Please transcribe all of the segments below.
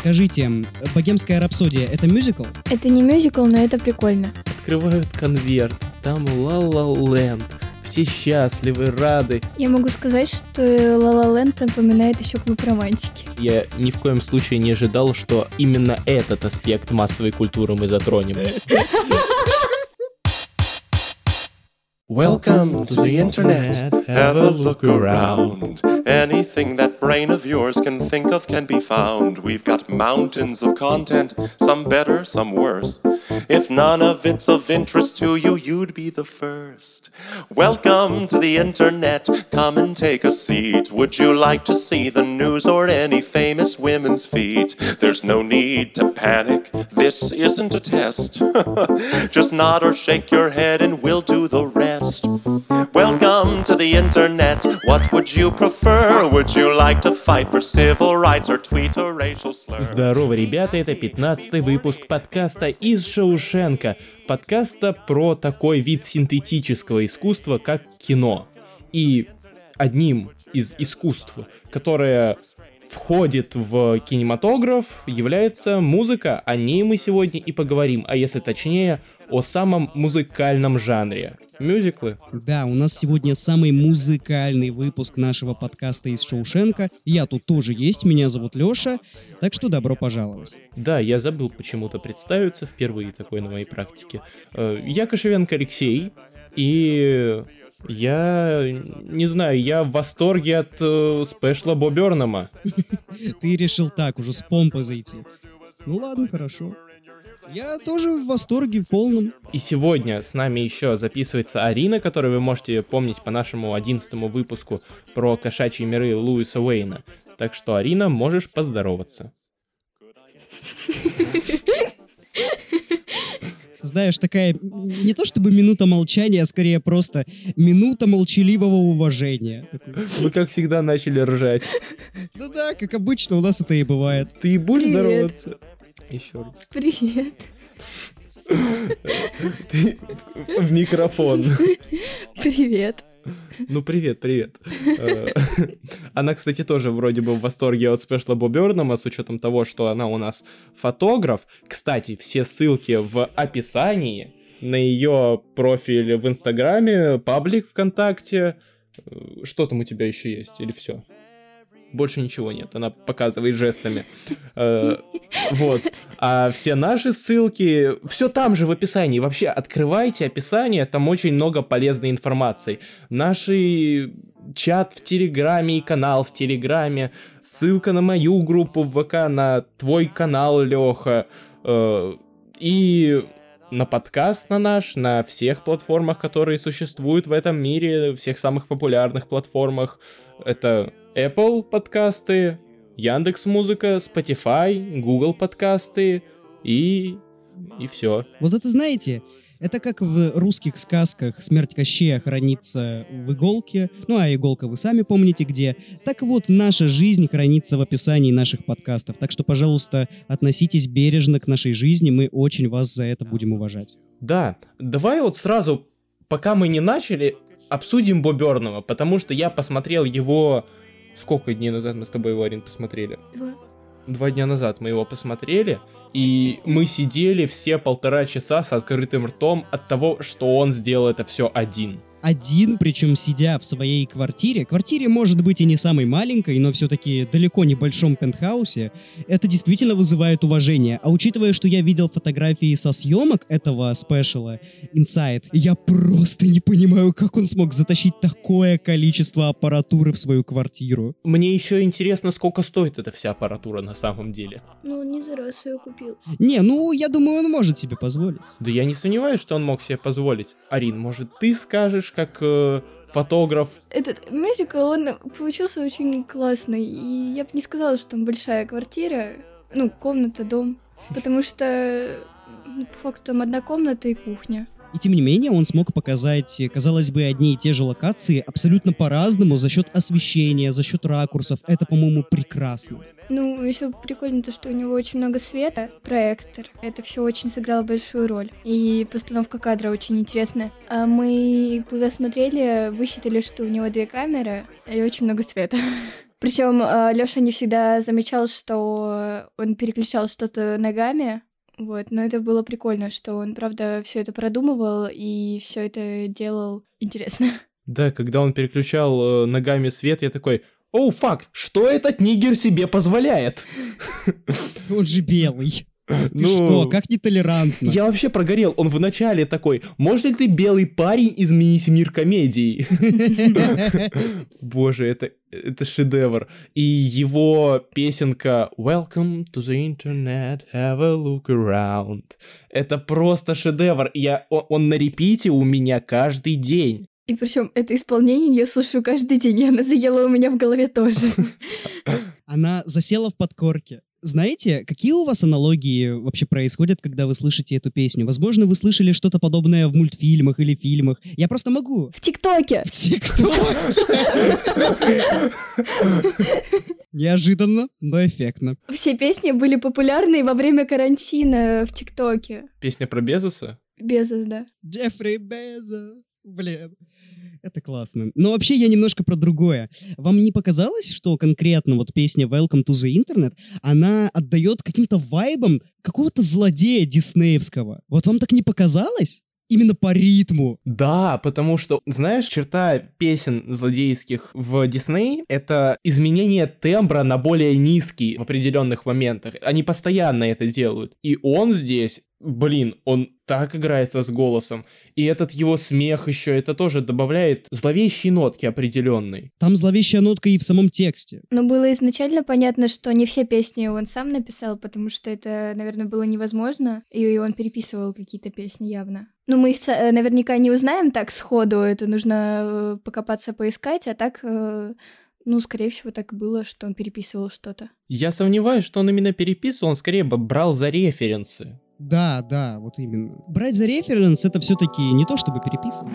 Скажите, «Богемская рапсодия» — это мюзикл? Это не мюзикл, но это прикольно. Открывают конверт, там «Ла-Ла Ленд». Все счастливы, рады. Я могу сказать, что «Ла Ла Ленд» напоминает еще «Клуб романтики». Я ни в коем случае не ожидал, что именно этот аспект массовой культуры мы затронем. Welcome to the internet. Have a look around. Anything that brain of yours can think of can be found. We've got mountains of content, some better, some worse. If none of it's of interest to you, you'd be the first. Welcome to the internet. Come and take a seat. Would you like to see the news or any famous women's feet? There's no need to panic. This isn't a test. Just nod or shake your head and we'll do the rest. Welcome to the internet. What would you prefer? Would you like to fight for civil rights or tweet a racial slur? Здорово, ребята, это 15-й выпуск подкаста из Шоушенка. Подкаста про такой вид синтетического искусства, как кино. И одним из искусств, которое входит в кинематограф, является музыка. О ней мы сегодня и поговорим, а если точнее, о самом музыкальном жанре. Мюзиклы. Да, у нас сегодня самый музыкальный выпуск нашего подкаста из Шоушенка. Я тут тоже есть, меня зовут Лёша, так что добро пожаловать. Да, я забыл почему-то представиться, впервые такой на моей практике. Я Кошевенко Алексей, и я не знаю, я в восторге от спешла Бо Бёрнама. Ты решил так, уже с помпой зайти. Ну ладно, хорошо. Я тоже в восторге полном. И сегодня с нами еще записывается Арина, которую вы можете помнить по нашему 11-му выпуску про кошачьи миры Луиса Уэйна. Так что, Арина, можешь поздороваться. Знаешь, такая не то чтобы минута молчания, а скорее просто минута молчаливого уважения. Вы, как всегда, начали ржать. Ну да, как обычно, у нас это и бывает. Ты будешь Привет. здороваться? Еще раз. Привет. Ты в микрофон. Привет. Ну, привет. Она, кстати, тоже вроде бы в восторге от спешла Бо Бёрнама, с учетом того, что она у нас фотограф. Кстати, все ссылки в описании на ее профиль в Инстаграме, паблик ВКонтакте. Что там у тебя еще есть? Или все? Больше ничего нет, она показывает жестами. Вот. А все наши ссылки, все там же в описании. Вообще, открывайте описание, там очень много полезной информации. Наш чат в Телеграме и канал в Телеграме, ссылка на мою группу в ВК, на твой канал, Леха, и на подкаст на наш, на всех платформах, которые существуют в этом мире, всех самых популярных платформах. Это Apple подкасты, Яндекс.Музыка, Spotify, Google подкасты и все. Вот это знаете, это как в русских сказках смерть Кощея хранится в иголке, ну а иголка вы сами помните где. Так вот, наша жизнь хранится в описании наших подкастов, так что, пожалуйста, относитесь бережно к нашей жизни, мы очень вас за это будем уважать. Да, давай вот сразу, пока мы не начали, обсудим Бо Бёрнама, потому что я посмотрел его... Сколько дней назад мы с тобой его, Арин, посмотрели? 2 дня назад мы его посмотрели, и мы сидели все 1,5 часа с открытым ртом от того, что он сделал это все один. Один, причем сидя в своей квартире. Квартире может быть и не самой маленькой, но все-таки далеко не большом пентхаусе. Это действительно вызывает уважение. А учитывая, что я видел фотографии со съемок этого спешала Inside, я просто не понимаю, как он смог затащить такое количество аппаратуры в свою квартиру. Мне еще интересно, сколько стоит эта вся аппаратура на самом деле. Ну, не за раз ее купил. Не, ну, я думаю, он может себе позволить. Да я не сомневаюсь, что он мог себе позволить. Арин, может, ты скажешь, как фотограф? Этот мюзикл, он получился очень классный. И я бы не сказала, что там большая квартира. Ну, комната, дом. Потому что, по факту, там одна комната и кухня. И тем не менее он смог показать, казалось бы, одни и те же локации абсолютно по-разному за счет освещения, за счет ракурсов. Это, по-моему, прекрасно. Ну, еще прикольно то, что у него очень много света, проектор. Это все очень сыграло большую роль. И постановка кадра очень интересная. А мы, когда смотрели, высчитали, что у него 2 камеры и очень много света. Причем Лёша не всегда замечал, что он переключал что-то ногами. Вот, но это было прикольно, что он, правда, все это продумывал и все это делал интересно. Да, когда он переключал ногами свет, я такой: «Оу, фак, что этот нигер себе позволяет?» Он же белый. Ты Ну, что, как нетолерантно? Я вообще прогорел. Он вначале такой: «Можно ли ты, белый парень, изменить мир комедии?» Боже, это шедевр. И его песенка «Welcome to the internet, have a look around». Это просто шедевр. Он на репите у меня каждый день. И причем это исполнение я слушаю каждый день, и она заела у меня в голове тоже. Она засела в подкорке. Знаете, какие у вас аналогии вообще происходят, когда вы слышите эту песню? Возможно, вы слышали что-то подобное в мультфильмах или фильмах. Я просто могу. В ТикТоке! В ТикТоке! Неожиданно, но эффектно. Все песни были популярны во время карантина в ТикТоке. Песня про Безоса? Безос, да. Джеффри Безос. Блин. Это классно. Но вообще я немножко про другое. Вам не показалось, что конкретно вот песня Welcome to the Internet, она отдает каким-то вайбам какого-то злодея диснеевского? Вот вам так не показалось? Именно по ритму. Да, потому что, знаешь, черта песен злодейских в Дисней — это изменение тембра на более низкий в определенных моментах. Они постоянно это делают. И он здесь, блин, он так играется с голосом. И этот его смех еще, это тоже добавляет зловещие нотки определенные. Там зловещая нотка и в самом тексте. Но было изначально понятно, что не все песни он сам написал, потому что это, наверное, было невозможно, и он переписывал какие-то песни явно. Ну, мы их наверняка не узнаем так сходу, это нужно покопаться, поискать, а так, ну, скорее всего, так и было, что он переписывал что-то. Я сомневаюсь, что он именно переписывал, он скорее бы брал за референсы. Да, вот именно. Брать за референс — это все-таки не то, чтобы переписывать.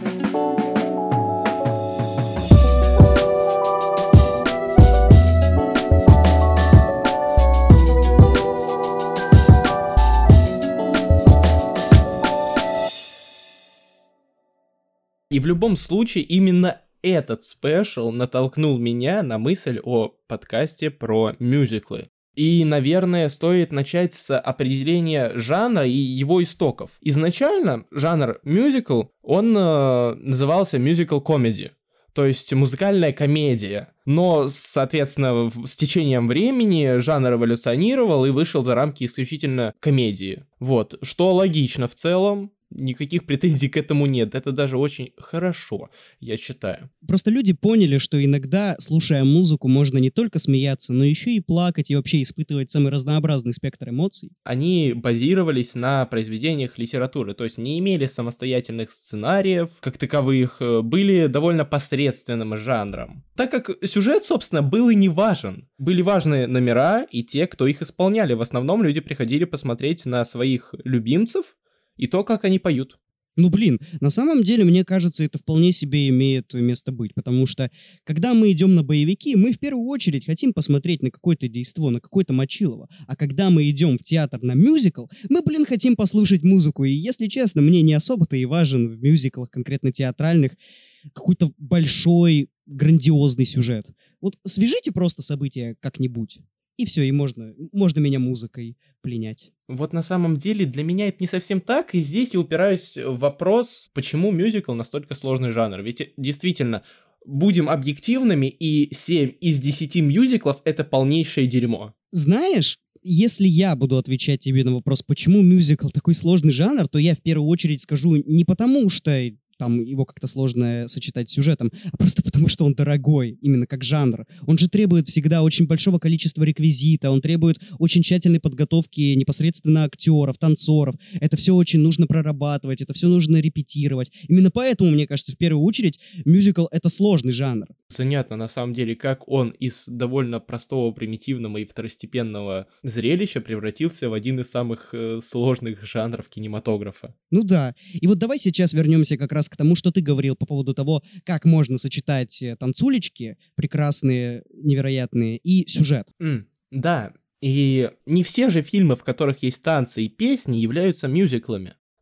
И в любом случае именно этот спешл натолкнул меня на мысль о подкасте про мюзиклы. И, наверное, стоит начать с определения жанра и его истоков. Изначально жанр мюзикл, он назывался мюзикл-комеди, то есть музыкальная комедия. Но, соответственно, с течением времени жанр эволюционировал и вышел за рамки исключительно комедии. Вот, что логично в целом. Никаких претензий к этому нет. Это даже очень хорошо, я считаю. Просто люди поняли, что иногда, слушая музыку, можно не только смеяться, но еще и плакать, и вообще испытывать самый разнообразный спектр эмоций. Они базировались на произведениях литературы, то есть не имели самостоятельных сценариев, как таковых, были довольно посредственным жанром. Так как сюжет, собственно, был и не важен. Были важны номера и те, кто их исполняли. В основном люди приходили посмотреть на своих любимцев, и то, как они поют. Ну, блин, на самом деле, мне кажется, это вполне себе имеет место быть, потому что, когда мы идем на боевики, мы в первую очередь хотим посмотреть на какое-то действо, на какое-то мочилово, а когда мы идем в театр на мюзикл, мы, блин, хотим послушать музыку, и, если честно, мне не особо-то и важен в мюзиклах, конкретно театральных, какой-то большой, грандиозный сюжет. Вот свяжите просто события как-нибудь. И все, и можно меня музыкой пленять. Вот на самом деле для меня это не совсем так, и здесь я упираюсь в вопрос, почему мюзикл настолько сложный жанр. Ведь действительно, будем объективными, и 7 из 10 мюзиклов — это полнейшее дерьмо. Знаешь, если я буду отвечать тебе на вопрос, почему мюзикл такой сложный жанр, то я в первую очередь скажу не потому, что там его как-то сложно сочетать с сюжетом, а просто потому, что он дорогой, именно как жанр. Он же требует всегда очень большого количества реквизита, он требует очень тщательной подготовки непосредственно актеров, танцоров. Это все очень нужно прорабатывать, это все нужно репетировать. Именно поэтому, мне кажется, в первую очередь, мюзикл — это сложный жанр. Занятно, на самом деле, как он из довольно простого, примитивного и второстепенного зрелища превратился в один из самых сложных жанров кинематографа. Ну да. И вот давай сейчас вернемся как раз к тому, что ты говорил по поводу того, как можно сочетать танцулечки прекрасные, невероятные, и сюжет. Да, и не все же фильмы, в которых есть танцы и песни, являются мюзиклами.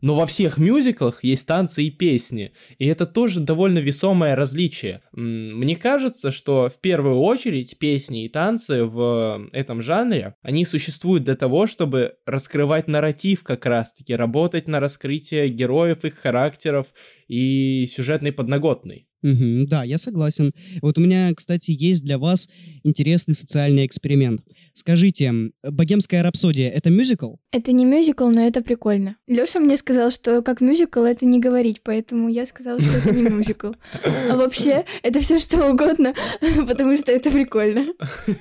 Но во всех мюзиклах есть танцы и песни, и это тоже довольно весомое различие. Мне кажется, что в первую очередь песни и танцы в этом жанре, они существуют для того, чтобы раскрывать нарратив как раз-таки, работать на раскрытие героев, их характеров и сюжетной подноготной. Да, я согласен. Вот у меня, кстати, есть для вас интересный социальный эксперимент. Скажите, «Богемская рапсодия» — это мюзикл? Это не мюзикл, но это прикольно. Лёша мне сказал, что как мюзикл это не говорить, поэтому я сказала, что это не мюзикл. А вообще, это все что угодно, потому что это прикольно.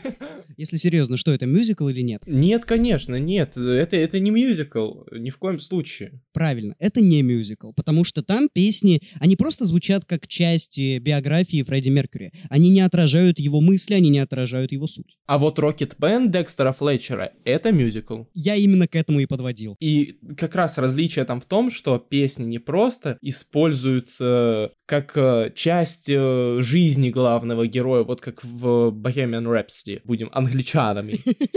Если серьезно, что это, мюзикл или нет? Нет, конечно, нет. Это не мюзикл, ни в коем случае. Правильно, это не мюзикл, потому что там песни, они просто звучат как часть биографии Фредди Меркьюри. Они не отражают его мысли, они не отражают его суть. А вот Rocket Man Декстера Флетчера — это мюзикл. Я именно к этому и подводил. И как раз различие там в том, что песни не просто используются как часть жизни главного героя, вот как в Bohemian Rhapsody. Будем англичанами.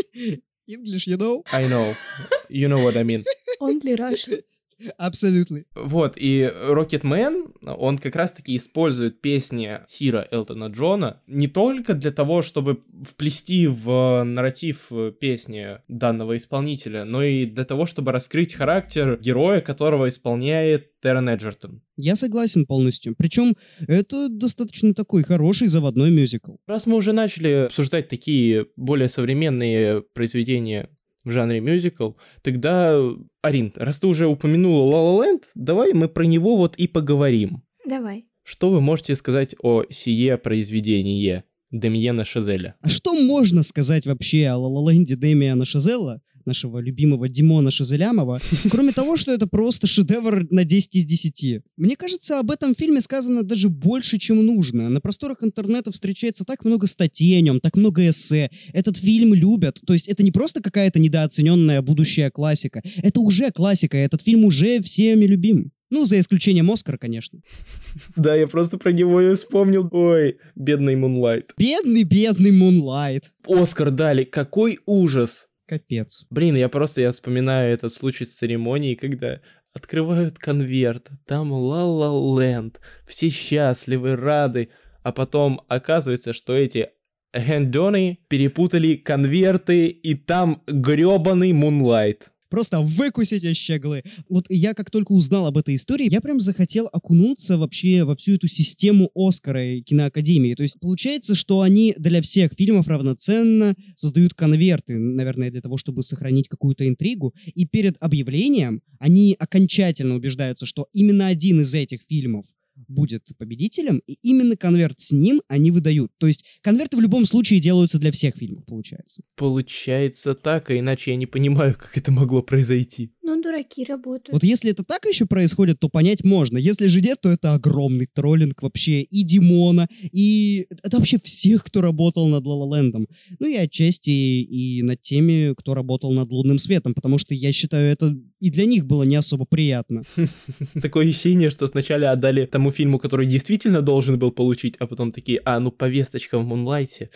English, you know? I know. You know what I mean. Only Russian. Абсолютно. Вот, и Rocketman, он как раз-таки использует песни Сира Элтона Джона не только для того, чтобы вплести в нарратив песни данного исполнителя, но и для того, чтобы раскрыть характер героя, которого исполняет Террен Эджертон. Я согласен полностью. Причем это достаточно такой хороший заводной мюзикл. Раз мы уже начали обсуждать такие более современные произведения в жанре мюзикл, тогда, Арин, раз ты уже упомянула La La Land, давай мы про него вот и поговорим. Давай. Что вы можете сказать о сие произведении Демьена Шазеля? А что можно сказать вообще о Ла Ла Ленде Демиана Шазела, нашего любимого Димона Шазелямова, кроме того, что это просто шедевр на 10 из 10. Мне кажется, об этом фильме сказано даже больше, чем нужно. На просторах интернета встречается так много статей о нем, так много эссе. Этот фильм любят. То есть это не просто какая-то недооцененная будущая классика. Это уже классика, этот фильм уже всеми любим. Ну, за исключением Оскара, конечно. Да, я просто про него и вспомнил. Ой, бедный Мунлайт. Бедный Мунлайт. Оскар дали, какой ужас. Капец. Блин, я вспоминаю этот случай с церемонией, когда открывают конверт, там La La Land, все счастливы, рады, а потом оказывается, что эти гандоны перепутали конверты, и там грёбаный Мунлайт. Просто выкусите щеглы. Вот я как только узнал об этой истории, я прям захотел окунуться вообще во всю эту систему Оскара и киноакадемии. То есть получается, что они для всех фильмов равноценно создают конверты, наверное, для того, чтобы сохранить какую-то интригу. И перед объявлением они окончательно убеждаются, что именно один из этих фильмов будет победителем, и именно конверт с ним они выдают. То есть конверты в любом случае делаются для всех фильмов, получается. Получается так, а иначе я не понимаю, как это могло произойти. Ну, дураки работают. Вот если это так еще происходит, то понять можно. Если же нет, то это огромный троллинг вообще и Димона, и это вообще всех, кто работал над La La Land'ом. Ну и отчасти и над теми, кто работал над «Лунным светом», потому что я считаю, это и для них было не особо приятно. Такое ощущение, что сначала отдали тому фильму, который действительно должен был получить, а потом такие, повесточка в Мунлайте.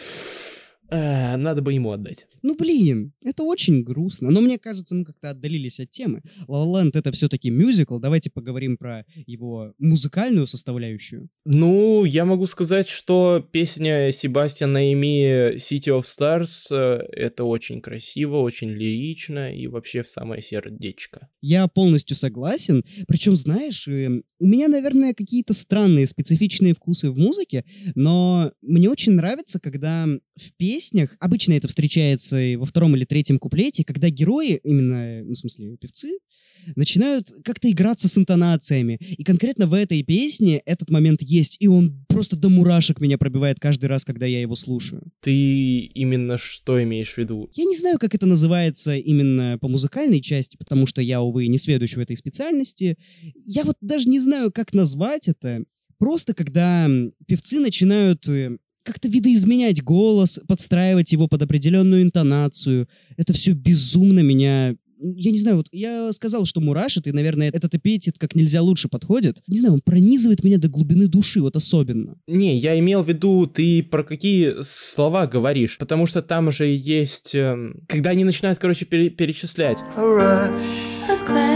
Надо бы ему отдать. Ну, блин, это очень грустно. Но мне кажется, мы как-то отдалились от темы. La La Land — это все-таки мюзикл. Давайте поговорим про его музыкальную составляющую. Ну, я могу сказать, что песня Себастьяна Эми City of Stars — это очень красиво, очень лирично и вообще в самое сердечко. Я полностью согласен. Причем, знаешь, у меня, наверное, какие-то странные специфичные вкусы в музыке, но мне очень нравится, когда в песнях, обычно это встречается и во втором или третьем куплете, когда герои, именно, ну, в смысле, певцы, начинают как-то играться с интонациями. И конкретно в этой песне этот момент есть, и он просто до мурашек меня пробивает каждый раз, когда я его слушаю. Ты именно что имеешь в виду? Я не знаю, как это называется именно по музыкальной части, потому что я, увы, не сведущ в этой специальности. Я вот даже не знаю, как назвать это. Просто когда певцы начинают как-то видоизменять голос, подстраивать его под определенную интонацию. Это все безумно меня... Я не знаю, вот я сказал, что мурашит, и, наверное, этот эпитет как нельзя лучше подходит. Не знаю, он пронизывает меня до глубины души, вот особенно. Не, я имел в виду, ты про какие слова говоришь, потому что там же есть... когда они начинают, перечислять. A rush, a glance.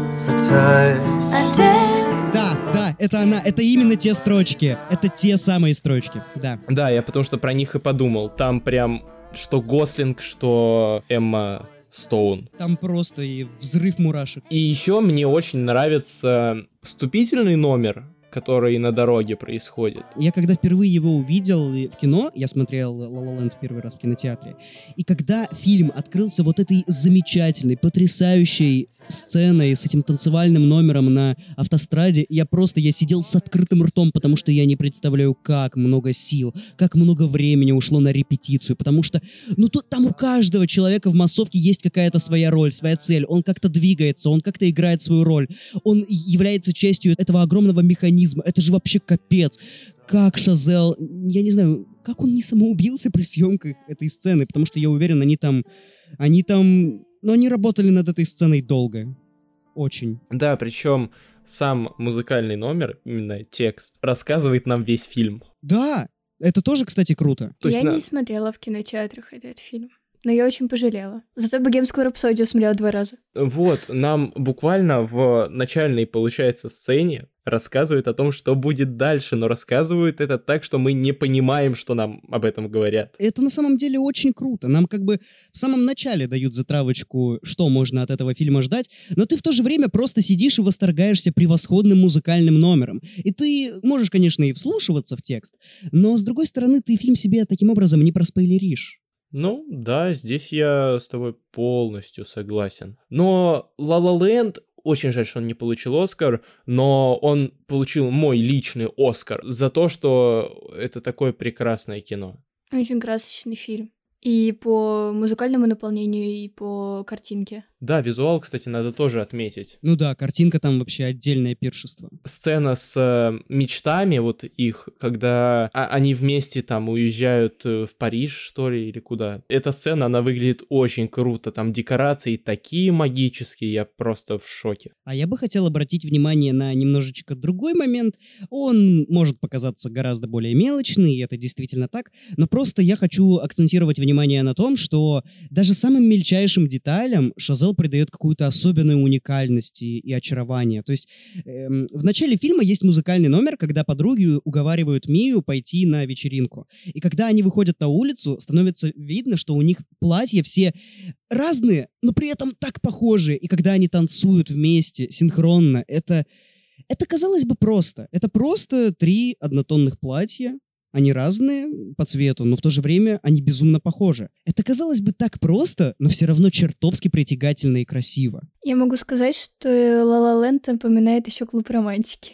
Да, это она, это именно те строчки. Это те самые строчки, да. Да, я потому что про них и подумал. Там прям что Гослинг, что Эмма Стоун. Там просто и взрыв мурашек. И еще мне очень нравится вступительный номер, который на дороге происходит. Я когда впервые его увидел в кино, я смотрел «Ла Ла Ленд» в первый раз в кинотеатре, и когда фильм открылся вот этой замечательной, потрясающей сценой с этим танцевальным номером на автостраде, я сидел с открытым ртом, потому что я не представляю, как много сил, как много времени ушло на репетицию, потому что, там у каждого человека в массовке есть какая-то своя роль, своя цель, он как-то двигается, он как-то играет свою роль, он является частью этого огромного механизма, это же вообще капец. Как Шазел, я не знаю, как он не самоубился при съемках этой сцены, потому что я уверен, они работали над этой сценой долго. Очень. Да, причем сам музыкальный номер, именно текст, рассказывает нам весь фильм. Да, это тоже, кстати, круто. Я не смотрела в кинотеатрах этот фильм, но я очень пожалела. Зато «Богемскую рапсодию» смотрела 2 раза. Вот, нам буквально в начальной, получается, сцене рассказывают о том, что будет дальше, но рассказывают это так, что мы не понимаем, что нам об этом говорят. Это на самом деле очень круто. Нам как бы в самом начале дают затравочку, что можно от этого фильма ждать, но ты в то же время просто сидишь и восторгаешься превосходным музыкальным номером. И ты можешь, конечно, и вслушиваться в текст, но, с другой стороны, ты фильм себе таким образом не проспойлеришь. Ну, да, здесь я с тобой полностью согласен. Но «Ла Ла Ленд», очень жаль, что он не получил Оскар, но он получил мой личный Оскар за то, что это такое прекрасное кино. Очень красочный фильм. И по музыкальному наполнению, и по картинке. Да, визуал, кстати, надо тоже отметить. Ну да, картинка там вообще отдельное пиршество. Сцена с мечтами вот их, когда они вместе там уезжают в Париж, что ли, или куда. Эта сцена, она выглядит очень круто. Там декорации такие магические, я просто в шоке. А я бы хотел обратить внимание на немножечко другой момент. Он может показаться гораздо более мелочный, и это действительно так, но просто я хочу акцентировать внимание на том, что даже самым мельчайшим деталям Шазел придает какую-то особенную уникальность и очарование. То есть в начале фильма есть музыкальный номер, когда подруги уговаривают Мию пойти на вечеринку. И когда они выходят на улицу, становится видно, что у них платья все разные, но при этом так похожие. И когда они танцуют вместе, синхронно, это казалось бы просто. Это просто 3 однотонных платья. Они разные по цвету, но в то же время они безумно похожи. Это, казалось бы, так просто, но все равно чертовски притягательно и красиво. Я могу сказать, что «Ла Ла Ленд» напоминает еще «Клуб романтики».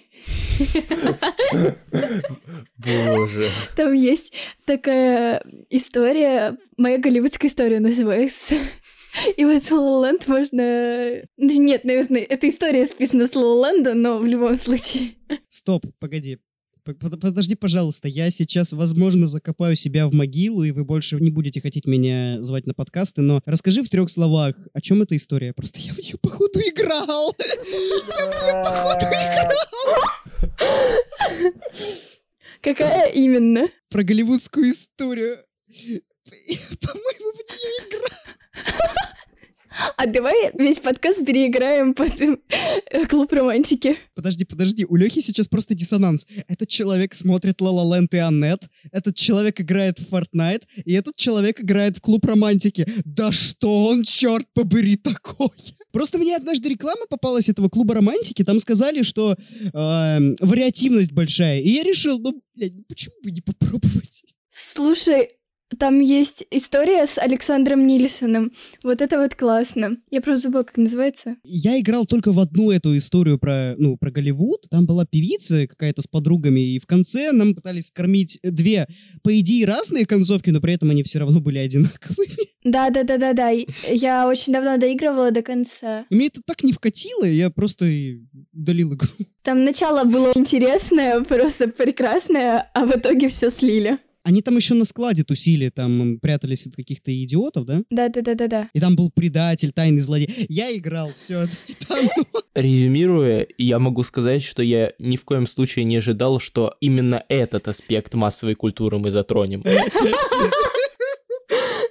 Боже. Там есть такая история, «Моя голливудская история» называется. И вот с «Ла Ла Ленд» можно... Нет, наверное, эта история списана с «Ла Ла Ленда», но в любом случае. Стоп, погоди. Подожди, пожалуйста, я сейчас, возможно, закопаю себя в могилу, и вы больше не будете хотеть меня звать на подкасты, но расскажи в 3 словах, о чем эта история? Просто я в нее, походу, играл! Какая именно? Про голливудскую историю. По-моему, в нее играл. А давай весь подкаст переиграем под «Клуб романтики». Подожди, у Лёхи сейчас просто диссонанс. Этот человек смотрит «Ла Ла Ленд» и «Аннет», этот человек играет в Fortnite, и этот человек играет в «Клуб романтики». Да что он, черт побери, такое? Просто мне однажды реклама попалась этого «Клуба романтики», там сказали, что вариативность большая, и я решил, почему бы не попробовать? Слушай, там есть история с Александром Нильсоном. Вот это вот классно. Я просто забыла, как называется. Я играл только в одну эту историю про Голливуд. Там была певица какая-то с подругами, и в конце нам пытались скормить 2, по идее, разные концовки, но при этом они все равно были одинаковыми. Да. Я очень давно доигрывала до конца. И мне это так не вкатило, я просто удалил игру. Там начало было интересное, просто прекрасное, а в итоге все слили. Они там еще на складе тусили, там прятались от каких-то идиотов, да? Да. И там был предатель, тайный злодей. Я играл, все. Резюмируя, я могу сказать, что я ни в коем случае не ожидал, что именно этот аспект массовой культуры мы затронем.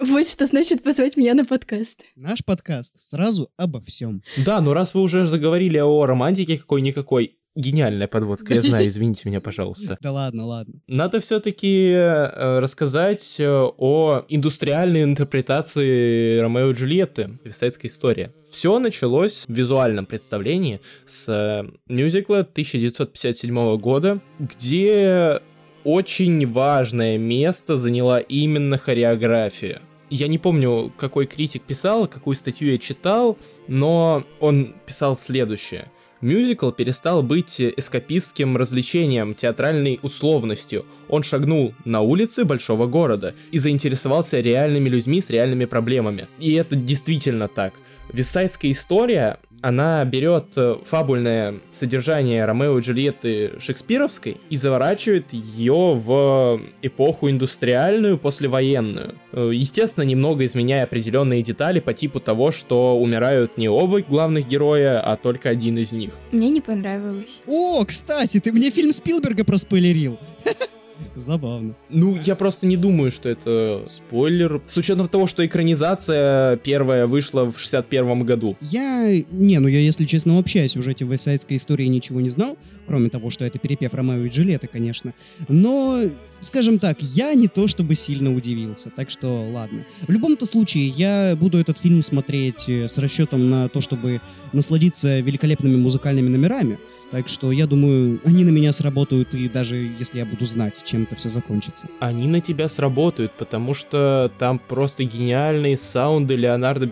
Вот что значит позвать меня на подкаст. Наш подкаст сразу обо всем. Да, но раз вы уже заговорили о романтике какой-никакой, гениальная подводка, я знаю, извините меня, пожалуйста. Да ладно. Надо все-таки рассказать о индустриальной интерпретации Ромео и Джульетты, «Версальская история». Все началось в визуальном представлении с мюзикла 1957 года, где очень важное место заняла именно хореография. Я не помню, какой критик писал, какую статью я читал, но он писал следующее. Мюзикл перестал быть эскапистским развлечением, театральной условностью. Он шагнул на улицы большого города и заинтересовался реальными людьми с реальными проблемами. И это действительно так. «Версальская история», она берет фабульное содержание Ромео и Джульетты шекспировской и заворачивает ее в эпоху индустриальную, послевоенную. Естественно, немного изменяя определенные детали по типу того, что умирают не оба главных героя, а только один из них. Мне не понравилось. О, кстати, ты мне фильм Спилберга проспойлерил. Забавно. Ну, я просто не думаю, что это спойлер. С учетом того, что экранизация первая вышла в 61 году. Я, если честно, вообще о сюжете «Вестсайдской истории» ничего не знал, кроме того, что это перепев Ромео и Джульетты, конечно. Но, скажем так, я не то чтобы сильно удивился, так что ладно. В любом-то случае, я буду этот фильм смотреть с расчетом на то, чтобы насладиться великолепными музыкальными номерами, так что я думаю, они на меня сработают, и даже если я буду знать, чем это все закончится. Они на тебя сработают, потому что там просто гениальные саунды Леонардо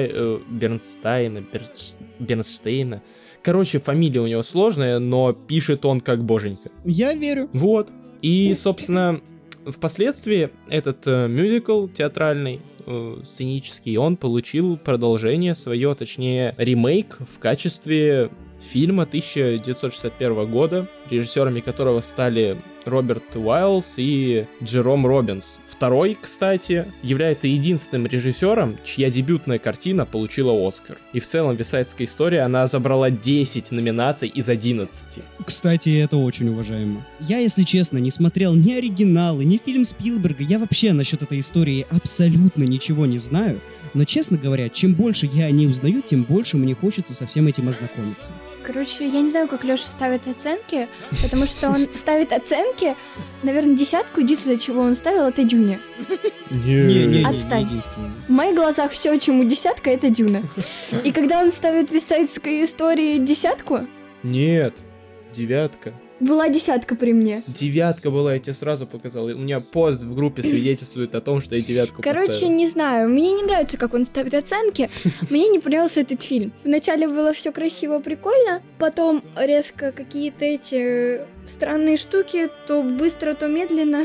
Бернштейна. Короче, фамилия у него сложная, но пишет он как боженька. Я верю. Вот. И, собственно, впоследствии этот мюзикл театральный, сценический, он получил продолжение свое, точнее, ремейк в качестве фильма 1961 года, режиссерами которого стали Роберт Уайлз и Джером Робинс. Второй, кстати, является единственным режиссером, чья дебютная картина получила Оскар. И в целом «Версальская история», она забрала 10 номинаций из 11. Кстати, это очень уважаемо. Я, если честно, не смотрел ни оригиналы, ни фильм Спилберга. Я вообще насчет этой истории абсолютно ничего не знаю. Но, честно говоря, чем больше я о ней узнаю, тем больше мне хочется со всем этим ознакомиться. Короче, я не знаю, как Лёша ставит оценки, потому что он ставит оценки, наверное, 10. Единственное, чего он ставил, это Дюне. Не Отстань. единственное. В моих глазах все, чему 10, это Дюна. И когда он ставит «Версальской истории» 10, Нет, 9. была 10 при мне. 9 была, я тебе сразу показал. У меня пост в группе свидетельствует о том, что я 9 Короче, поставил. не знаю, мне не нравится, как он ставит оценки. Мне не понравился этот фильм. Вначале было все красиво, прикольно, потом резко какие-то эти странные штуки, то быстро, то медленно.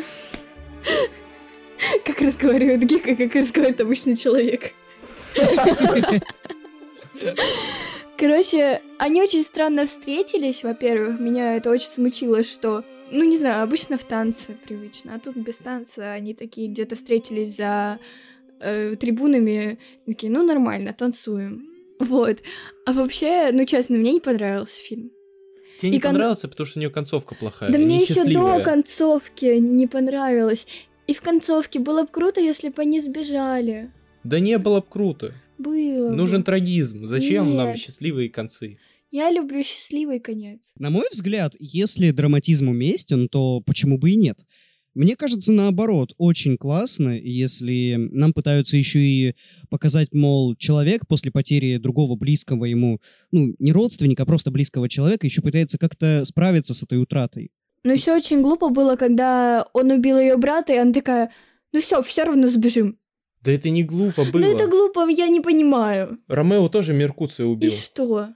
Как разговаривает Гика, как разговаривает обычный человек. Короче, они очень странно встретились, во-первых, меня это очень смутило, что, не знаю, обычно в танце привычно, а тут без танца они такие где-то встретились за трибунами, такие, нормально, танцуем, вот. А вообще, честно, мне не понравился фильм. Тебе не понравился, потому что у нее концовка плохая, да мне еще несчастливая. до концовки не понравилось, и в концовке было бы круто, если бы они сбежали. Да не было бы круто. Было Нужен бы. трагизм. Зачем нам Нет. счастливые концы? Я люблю счастливый конец. На мой взгляд, если драматизм уместен, то почему бы и нет? Мне кажется, наоборот, очень классно, если нам пытаются еще и показать, мол, человек после потери другого близкого ему, не родственника, а просто близкого человека, еще пытается как-то справиться с этой утратой. Но еще очень глупо было, когда он убил ее брата, и она такая, все равно сбежим. Да это не глупо было. Это глупо, я не понимаю. Ромео тоже Меркуцию убил. И что?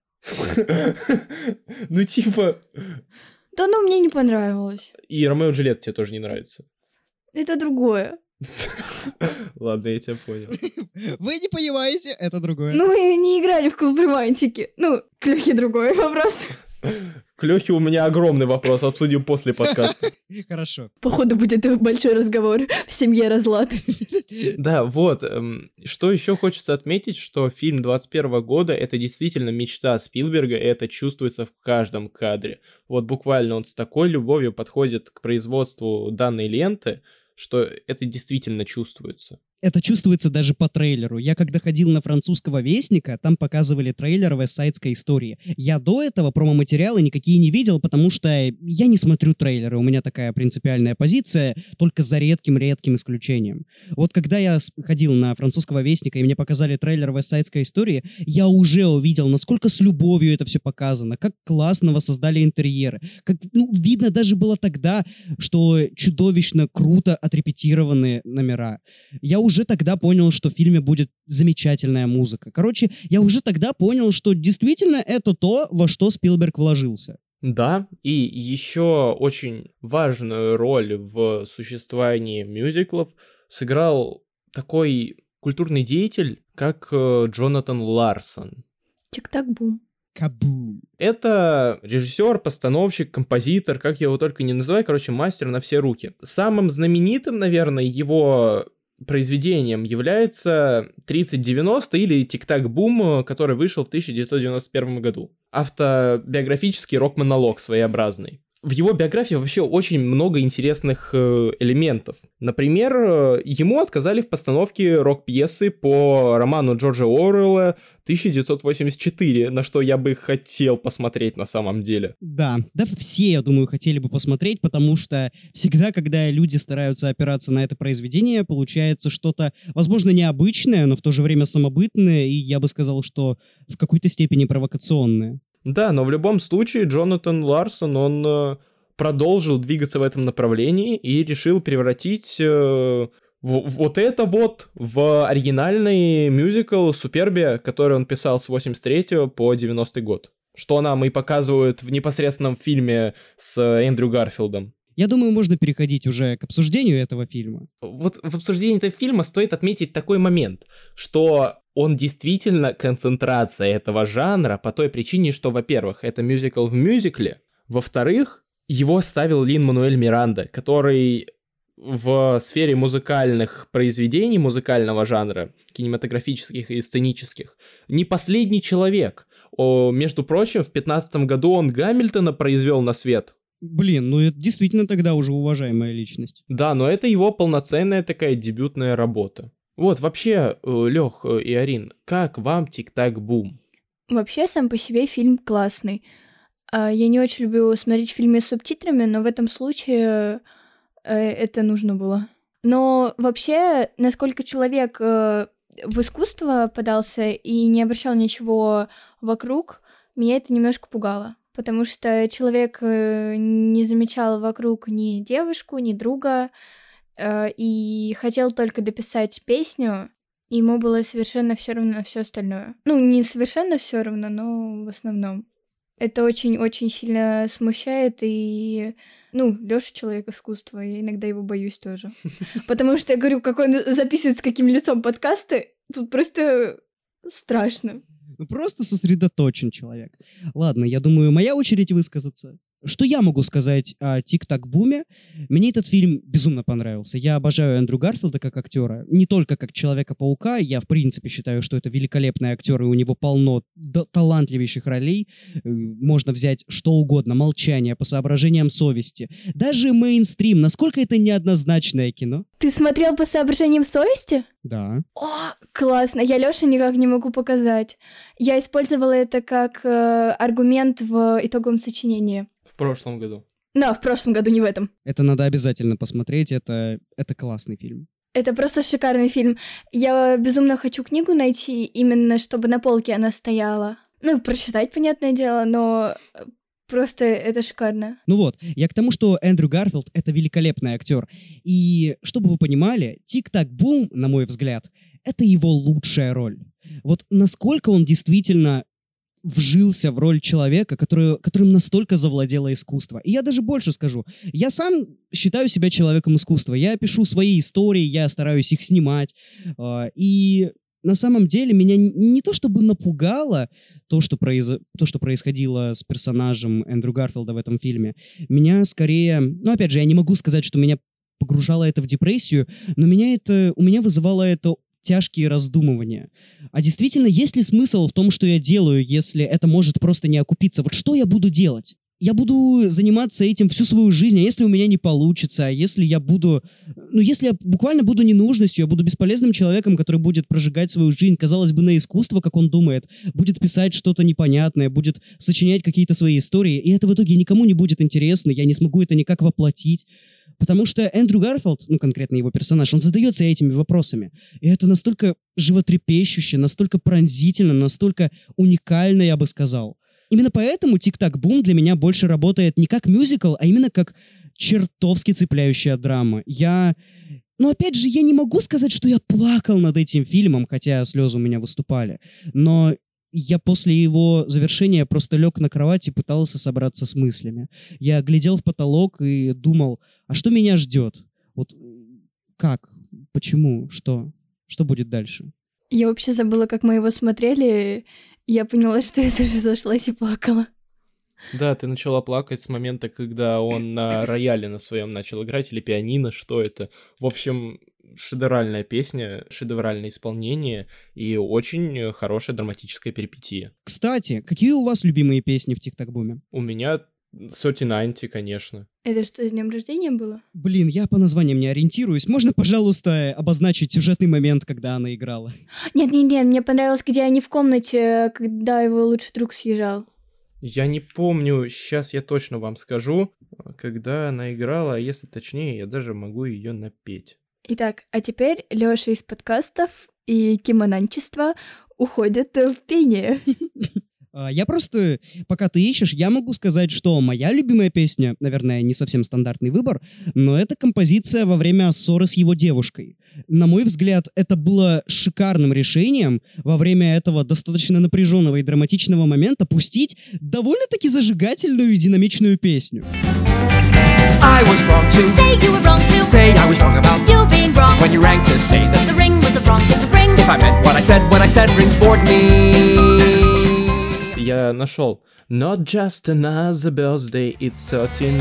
Типа... Да мне не понравилось. И Ромео и Джульетта тебе тоже не нравится. Это другое. Ладно, я тебя понял. Вы не понимаете, это другое. Мы не играли в клуб романтики. К Лёхе другой вопрос. К Лёхе у меня огромный вопрос, обсудим после подкаста. Хорошо. Походу будет большой разговор в семье разлад. Да, вот. Что еще хочется отметить, что фильм 21 года — это действительно мечта Спилберга, и это чувствуется в каждом кадре. Вот буквально он с такой любовью подходит к производству данной ленты, что это действительно чувствуется. Это чувствуется даже по трейлеру. Я когда ходил на французского вестника, там показывали трейлер «Вестсайдской истории». Я до этого промо-материалы никакие не видел, потому что я не смотрю трейлеры. У меня такая принципиальная позиция, только за редким исключением. Вот когда я ходил на французского вестника, и мне показали трейлер «Вестсайдской истории», я уже увидел, насколько с любовью это все показано, как классно воссоздали интерьеры. Как, видно даже было тогда, что чудовищно круто отрепетированы номера. Я уже тогда понял, что в фильме будет замечательная музыка. Короче, я уже тогда понял, что действительно это то, во что Спилберг вложился. Да, и еще очень важную роль в существовании мюзиклов сыграл такой культурный деятель, как Джонатан Ларсон. Тик-так-бум. Кабум. Это режиссер, постановщик, композитор, как его только не называй, короче, мастер на все руки. Самым знаменитым, наверное, его произведением является 3090 или «Тик-так-бум», который вышел в 1991 году. Автобиографический рок-монолог своеобразный. В его биографии вообще очень много интересных элементов. Например, ему отказали в постановке рок-пьесы по роману Джорджа Оруэлла 1984, на что я бы хотел посмотреть на самом деле. Да, все, я думаю, хотели бы посмотреть, потому что всегда, когда люди стараются опираться на это произведение, получается что-то, возможно, необычное, но в то же время самобытное, и я бы сказал, что в какой-то степени провокационное. Да, но в любом случае Джонатан Ларсон, он продолжил двигаться в этом направлении и решил превратить вот это вот в оригинальный мюзикл «Супербия», который он писал с 83 по 90 год. Что нам и показывают в непосредственном фильме с Эндрю Гарфилдом. Я думаю, можно переходить уже к обсуждению этого фильма. Вот в обсуждении этого фильма стоит отметить такой момент, что он действительно концентрация этого жанра по той причине, что, во-первых, это мюзикл в мюзикле, во-вторых, его ставил Лин-Мануэль Миранда, который в сфере музыкальных произведений, музыкального жанра, кинематографических и сценических, не последний человек. Между прочим, в 2015 году он Гамильтона произвел на свет. Блин, это действительно тогда уже уважаемая личность. Да, но это его полноценная такая дебютная работа. Вот, вообще, Лёх и Арин, как вам «Тик-так-бум»? Вообще, сам по себе фильм классный. Я не очень люблю смотреть фильмы с субтитрами, но в этом случае это нужно было. Но вообще, насколько человек в искусство подался и не обращал ничего вокруг, меня это немножко пугало. Потому что человек не замечал вокруг ни девушку, ни друга, и хотел только дописать песню, и ему было совершенно все равно на все остальное. Не совершенно все равно, но в основном. Это очень-очень сильно смущает, и, Лёша человек искусства, я иногда его боюсь тоже. Потому что я говорю, как он записывает с каким лицом подкасты, тут просто страшно. Просто сосредоточен человек. Ладно, я думаю, моя очередь высказаться. Что я могу сказать о «Тик-так-буме»? Мне этот фильм безумно понравился. Я обожаю Эндрю Гарфилда как актера, не только как Человека-паука. Я, в принципе, считаю, что это великолепный актер, и у него полно талантливейших ролей. Можно взять что угодно, «Молчание», «По соображениям совести». Даже «Мейнстрим». Насколько это неоднозначное кино? Ты смотрел «По соображениям совести»? Да. О, классно! Я Лёше никак не могу показать. Я использовала это как аргумент в итоговом сочинении. В прошлом году. Да, в прошлом году, не в этом. Это надо обязательно посмотреть, это классный фильм. Это просто шикарный фильм. Я безумно хочу книгу найти, именно чтобы на полке она стояла. Прочитать, понятное дело, но просто это шикарно. Я к тому, что Эндрю Гарфилд — это великолепный актер. И, чтобы вы понимали, «Тик-так-бум», на мой взгляд, это его лучшая роль. Вот насколько он действительно вжился в роль человека, которым настолько завладело искусство. И я даже больше скажу. Я сам считаю себя человеком искусства. Я пишу свои истории, я стараюсь их снимать. И на самом деле меня не то чтобы напугало то, что происходило с персонажем Эндрю Гарфилда в этом фильме. Меня скорее... опять же, я не могу сказать, что меня погружало это в депрессию, но у меня вызывало это тяжкие раздумывания. А действительно, есть ли смысл в том, что я делаю, если это может просто не окупиться? Вот что я буду делать? я буду заниматься этим всю свою жизнь, а если у меня не получится, а если я буду... если я буквально буду ненужностью, я буду бесполезным человеком, который будет прожигать свою жизнь, казалось бы, на искусство, как он думает, будет писать что-то непонятное, будет сочинять какие-то свои истории, и это в итоге никому не будет интересно, я не смогу это никак воплотить. Потому что Эндрю Гарфилд, конкретно его персонаж, он задается этими вопросами. И это настолько животрепещуще, настолько пронзительно, настолько уникально, я бы сказал. Именно поэтому «Тик-так-бум» для меня больше работает не как мюзикл, а именно как чертовски цепляющая драма. Опять же, я не могу сказать, что я плакал над этим фильмом, хотя слезы у меня выступали. Но я после его завершения просто лег на кровать и пытался собраться с мыслями. Я глядел в потолок и думал, а что меня ждет? Как? Почему? Что? Что будет дальше? Я вообще забыла, как мы его смотрели. Я поняла, что я даже зашлась и плакала. Да, ты начала плакать с момента, когда он на рояле на своем начал играть, или пианино, что это. В общем, шедевральная песня, шедевральное исполнение и очень хорошая драматическая перипетия. Кстати, какие у вас любимые песни в «Тик-так-буме»? У меня 3090, конечно. Это что, с днем рождения было? Блин, я по названиям не ориентируюсь. Можно, пожалуйста, обозначить сюжетный момент, когда она играла? Нет, мне понравилось, где они в комнате, когда его лучший друг съезжал. Я не помню, сейчас я точно вам скажу, когда она играла, а если точнее, я даже могу ее напеть. Итак, а теперь Лёша из подкастов и кимонанчества уходят в пение. Я просто, пока ты ищешь, я могу сказать, что моя любимая песня, наверное, не совсем стандартный выбор, но это композиция во время ссоры с его девушкой. На мой взгляд, это было шикарным решением во время этого достаточно напряженного и драматичного момента пустить довольно-таки зажигательную и динамичную песню. I was wrong to say you were wrong to say I was wrong about you being wrong when you rang to say that the ring was the wrong to the ring. If I meant what I said when I said rings bored me. Я нашел. Not just another birthday, it's 39.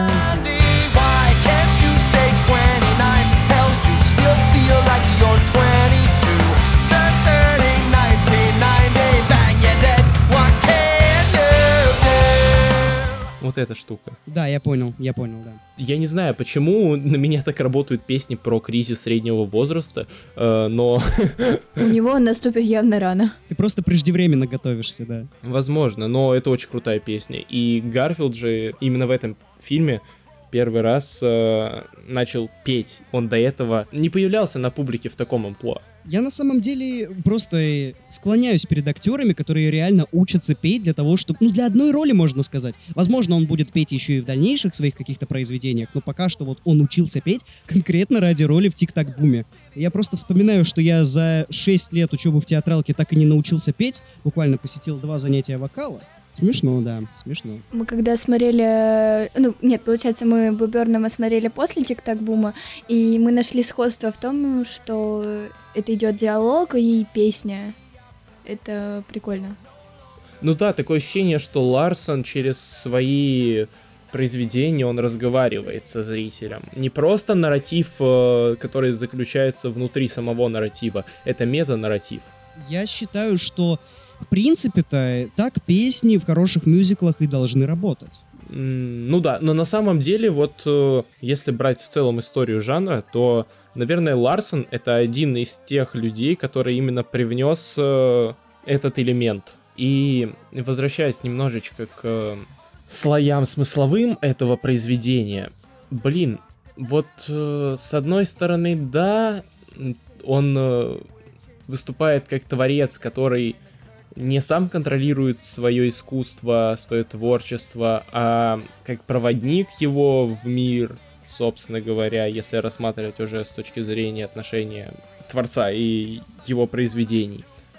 Why can't you stay 29? Hell, you still feel like you're 22. Turn 30, 1990, bang, you're dead. What can you do? Вот эта штука. Да, я понял, да. Я не знаю, почему на меня так работают песни про кризис среднего возраста, но... У него наступит явно рано. Ты просто преждевременно готовишься, да. Возможно, но это очень крутая песня. И Гарфилд же именно в этом фильме первый раз начал петь. Он до этого не появлялся на публике в таком амплуа. Я на самом деле просто склоняюсь перед актерами, которые реально учатся петь для того, чтобы... для одной роли, можно сказать. Возможно, он будет петь еще и в дальнейших своих каких-то произведениях, но пока что он учился петь конкретно ради роли в «Тик-так-буме». Я просто вспоминаю, что я за 6 лет учебы в театралке так и не научился петь, буквально посетил 2 занятия вокала. Смешно, да, смешно. Мы когда смотрели... получается, мы Бо Бёрнама смотрели после «Тик-так-бума», и мы нашли сходство в том, что это идет диалог и песня. Это прикольно. Да, такое ощущение, что Ларсон через свои произведения, он разговаривает со зрителем. Не просто нарратив, который заключается внутри самого нарратива, это мета-нарратив. Я считаю, что в принципе-то так песни в хороших мюзиклах и должны работать. Да, но на самом деле, если брать в целом историю жанра, то, наверное, Ларсон — это один из тех людей, который именно привнес этот элемент. И возвращаясь немножечко к слоям смысловым этого произведения, с одной стороны, да, он выступает как творец, который не сам контролирует свое искусство, свое творчество, а как проводник его в мир, собственно говоря, если рассматривать уже с точки зрения отношения творца и его произведений.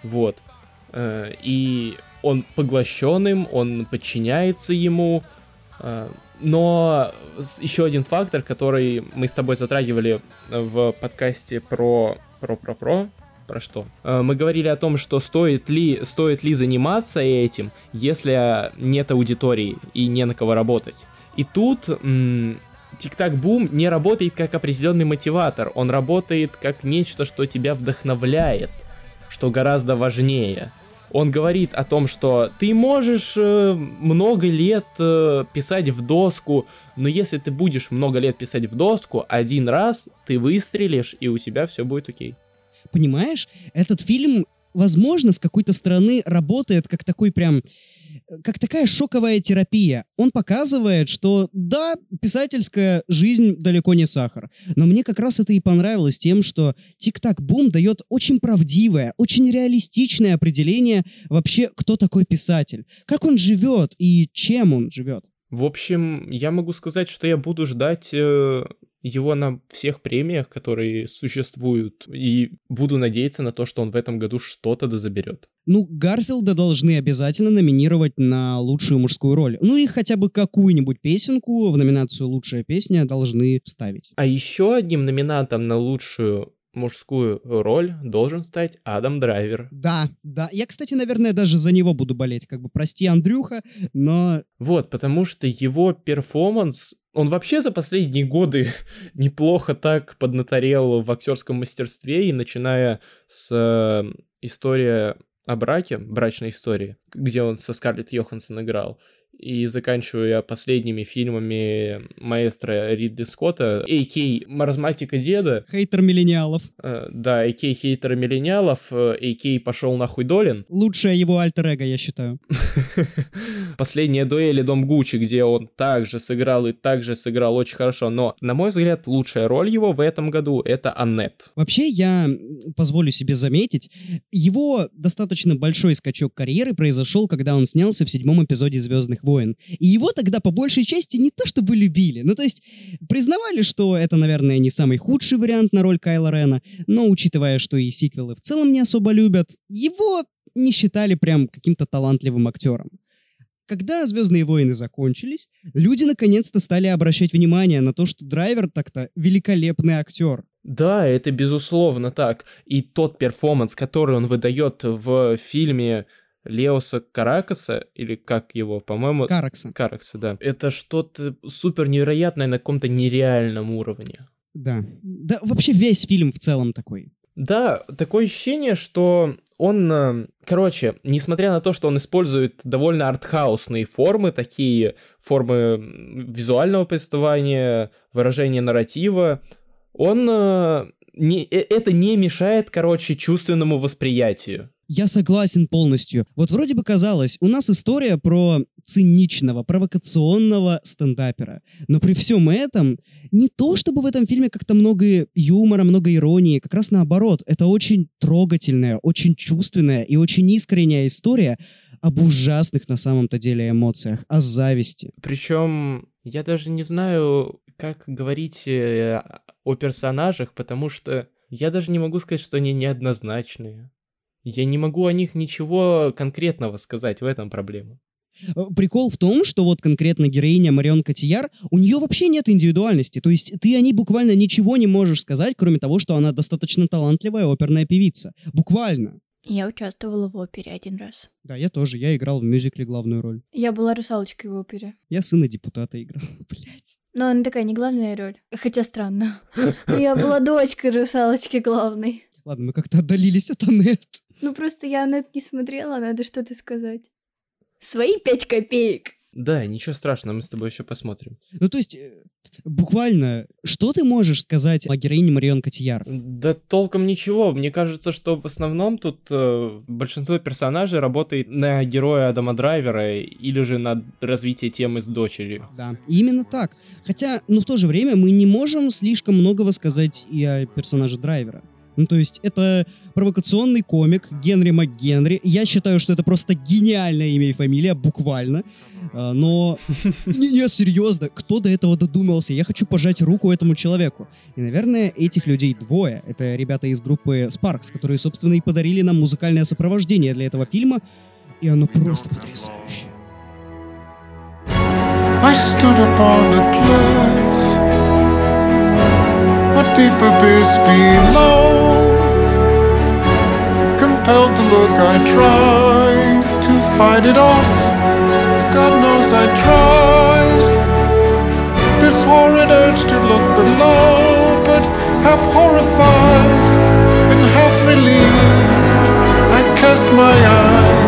И он поглощен им, он подчиняется ему, но еще один фактор, который мы с тобой затрагивали в подкасте про что? Мы говорили о том, что стоит ли заниматься этим, если нет аудитории и не на кого работать. И тут «Тик-так-бум» не работает как определенный мотиватор, он работает как нечто, что тебя вдохновляет, что гораздо важнее. Он говорит о том, что ты можешь много лет писать в доску, но если ты будешь много лет писать в доску, один раз ты выстрелишь, и у тебя все будет окей. Понимаешь, этот фильм, возможно, с какой-то стороны работает как такой прям... как такая шоковая терапия. Он показывает, что да, писательская жизнь далеко не сахар. Но мне как раз это и понравилось тем, что «Тик-так-бум» дает очень правдивое, очень реалистичное определение вообще, кто такой писатель, как он живет и чем он живет. В общем, я могу сказать, что я буду ждать его на всех премиях, которые существуют, и буду надеяться на то, что он в этом году что-то дозаберет. Ну, Гарфилда должны обязательно номинировать на лучшую мужскую роль. Ну и хотя бы какую-нибудь песенку в номинацию «Лучшая песня» должны вставить. А еще одним номинантом на лучшую мужскую роль должен стать Адам Драйвер. Да. Я, кстати, наверное, даже за него буду болеть. Как бы, прости, Андрюха, но... Вот, потому что его перформанс, он вообще за последние годы неплохо так поднаторел в актерском мастерстве, и начиная с истории о браке, брачной истории, где он со Скарлетт Йоханссон играл, и заканчивая последними фильмами маэстро Ридли Скотта, а.к.а. «Маразматика деда». Хейтер миллениалов. Да, а.к.а. хейтера миллениалов, а.к.а. «Пошел нахуй Долин». Лучшее его альтер-эго, я считаю. «Последняя дуэль» и «Дом Гуччи», где он также сыграл очень хорошо. Но, на мой взгляд, лучшая роль его в этом году — это Аннет. Вообще, я позволю себе заметить, его достаточно большой скачок карьеры произошел, когда он снялся в 7-м эпизоде «Звездных войн». И его тогда по большей части не то чтобы любили, ну то есть признавали, что это, наверное, не самый худший вариант на роль Кайло Рена, но учитывая, что и сиквелы в целом не особо любят, его не считали прям каким-то талантливым актером. Когда «Звездные войны» закончились, люди наконец-то стали обращать внимание на то, что Драйвер так-то великолепный актер. Да, это безусловно так. И тот перформанс, который он выдает в фильме Леоса Каракаса, или как его, по-моему... Каракса, да. Это что-то супер невероятное на каком-то нереальном уровне. Да, вообще весь фильм в целом такой. Да, такое ощущение, что он... Короче, несмотря на то, что он использует довольно артхаусные формы, такие формы визуального повествования, выражения нарратива, это не мешает, чувственному восприятию. Я согласен полностью. Вот вроде бы казалось, у нас история про циничного, провокационного стендапера. Но при всем этом, не то чтобы в этом фильме как-то много юмора, много иронии, как раз наоборот. Это очень трогательная, очень чувственная и очень искренняя история об ужасных на самом-то деле эмоциях, о зависти. Причем я даже не знаю, как говорить о персонажах, потому что я даже не могу сказать, что они неоднозначные. Я не могу о них ничего конкретного сказать, в этом проблема. Прикол в том, что вот конкретно героиня Марион Котийяр, у нее вообще нет индивидуальности, то есть ты о ней буквально ничего не можешь сказать, кроме того, что она достаточно талантливая оперная певица. Буквально. Я участвовала в опере один раз. Да, я тоже, я играл в мюзикле главную роль. Я была русалочкой в опере. Я сына депутата играл, блять. Но она такая не главная роль, хотя странно. Я была дочкой русалочки главной. Ладно, мы как-то отдалились от Аннет. Ну просто я Аннет не смотрела, надо что-то сказать. Свои 5 копеек. Да, ничего страшного, мы с тобой еще посмотрим. Ну то есть, буквально, что ты можешь сказать о героине Марион Котийяр? Да толком ничего. Мне кажется, что в основном тут большинство персонажей работает на героя Адама Драйвера или же на развитие темы с дочерью. Да, именно так. Хотя, в то же время мы не можем слишком многого сказать и о персонаже Драйвера. Ну, то есть, это провокационный комик Генри МакГенри. Я считаю, что это просто гениальное имя и фамилия, буквально. Но... Нет, серьезно, кто до этого додумался? Я хочу пожать руку этому человеку. И, наверное, этих людей двое. Это ребята из группы Sparks, которые, собственно, и подарили нам музыкальное сопровождение для этого фильма. И оно просто потрясающее. I stood upon a cliff, a deep abyss below. Compelled to look, I tried to fight it off. God knows I tried. This horrid urge to look below, but half horrified and half relieved, I cast my eyes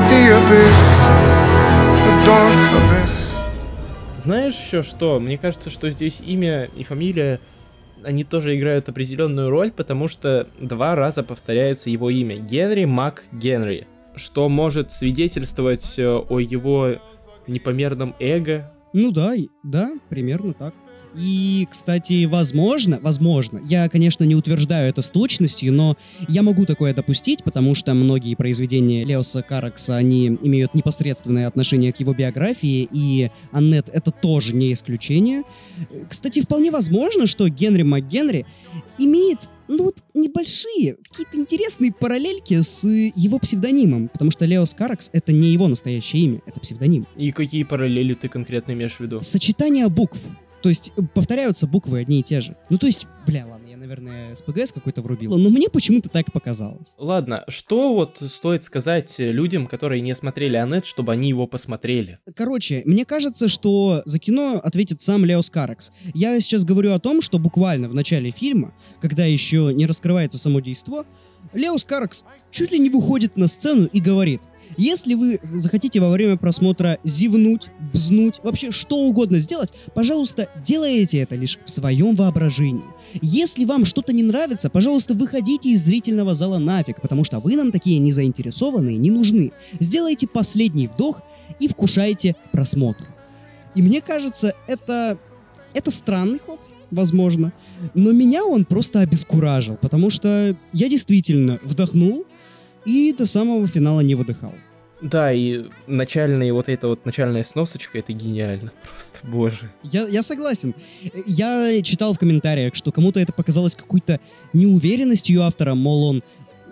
the abyss, the dark abyss. Знаешь еще что? Мне кажется, что здесь имя и фамилия, они тоже играют определенную роль, потому что 2 раза повторяется его имя. Генри МакГенри, что может свидетельствовать о его непомерном эго. Ну да, примерно так. И, кстати, возможно, я, конечно, не утверждаю это с точностью, но я могу такое допустить, потому что многие произведения Леоса Каракса, они имеют непосредственное отношение к его биографии, и Аннет — это тоже не исключение. Кстати, вполне возможно, что Генри МакГенри имеет, небольшие, какие-то интересные параллельки с его псевдонимом, потому что Леос Каракс — это не его настоящее имя, это псевдоним. И какие параллели ты конкретно имеешь в виду? Сочетание букв. То есть повторяются буквы одни и те же. То есть, ладно, я, наверное, СПГС какой-то врубил, но мне почему-то так показалось. Ладно, что вот стоит сказать людям, которые не смотрели Аннет, чтобы они его посмотрели? Короче, мне кажется, что за кино ответит сам Леос Каракс. Я сейчас говорю о том, что буквально в начале фильма, когда еще не раскрывается само действо, Леос Каракс чуть ли не выходит на сцену и говорит: если вы захотите во время просмотра зевнуть, бзнуть, вообще что угодно сделать, пожалуйста, делайте это лишь в своем воображении. Если вам что-то не нравится, пожалуйста, выходите из зрительного зала нафиг, потому что вы нам такие незаинтересованные не нужны. Сделайте последний вдох и вкушайте просмотр. И мне кажется, это странный ход, возможно, но меня он просто обескуражил, потому что я действительно вдохнул и до самого финала не выдыхал. Да, и начальная сносочка, это гениально. Просто, боже. Я согласен. Я читал в комментариях, что кому-то это показалось какой-то неуверенностью автора, мол, он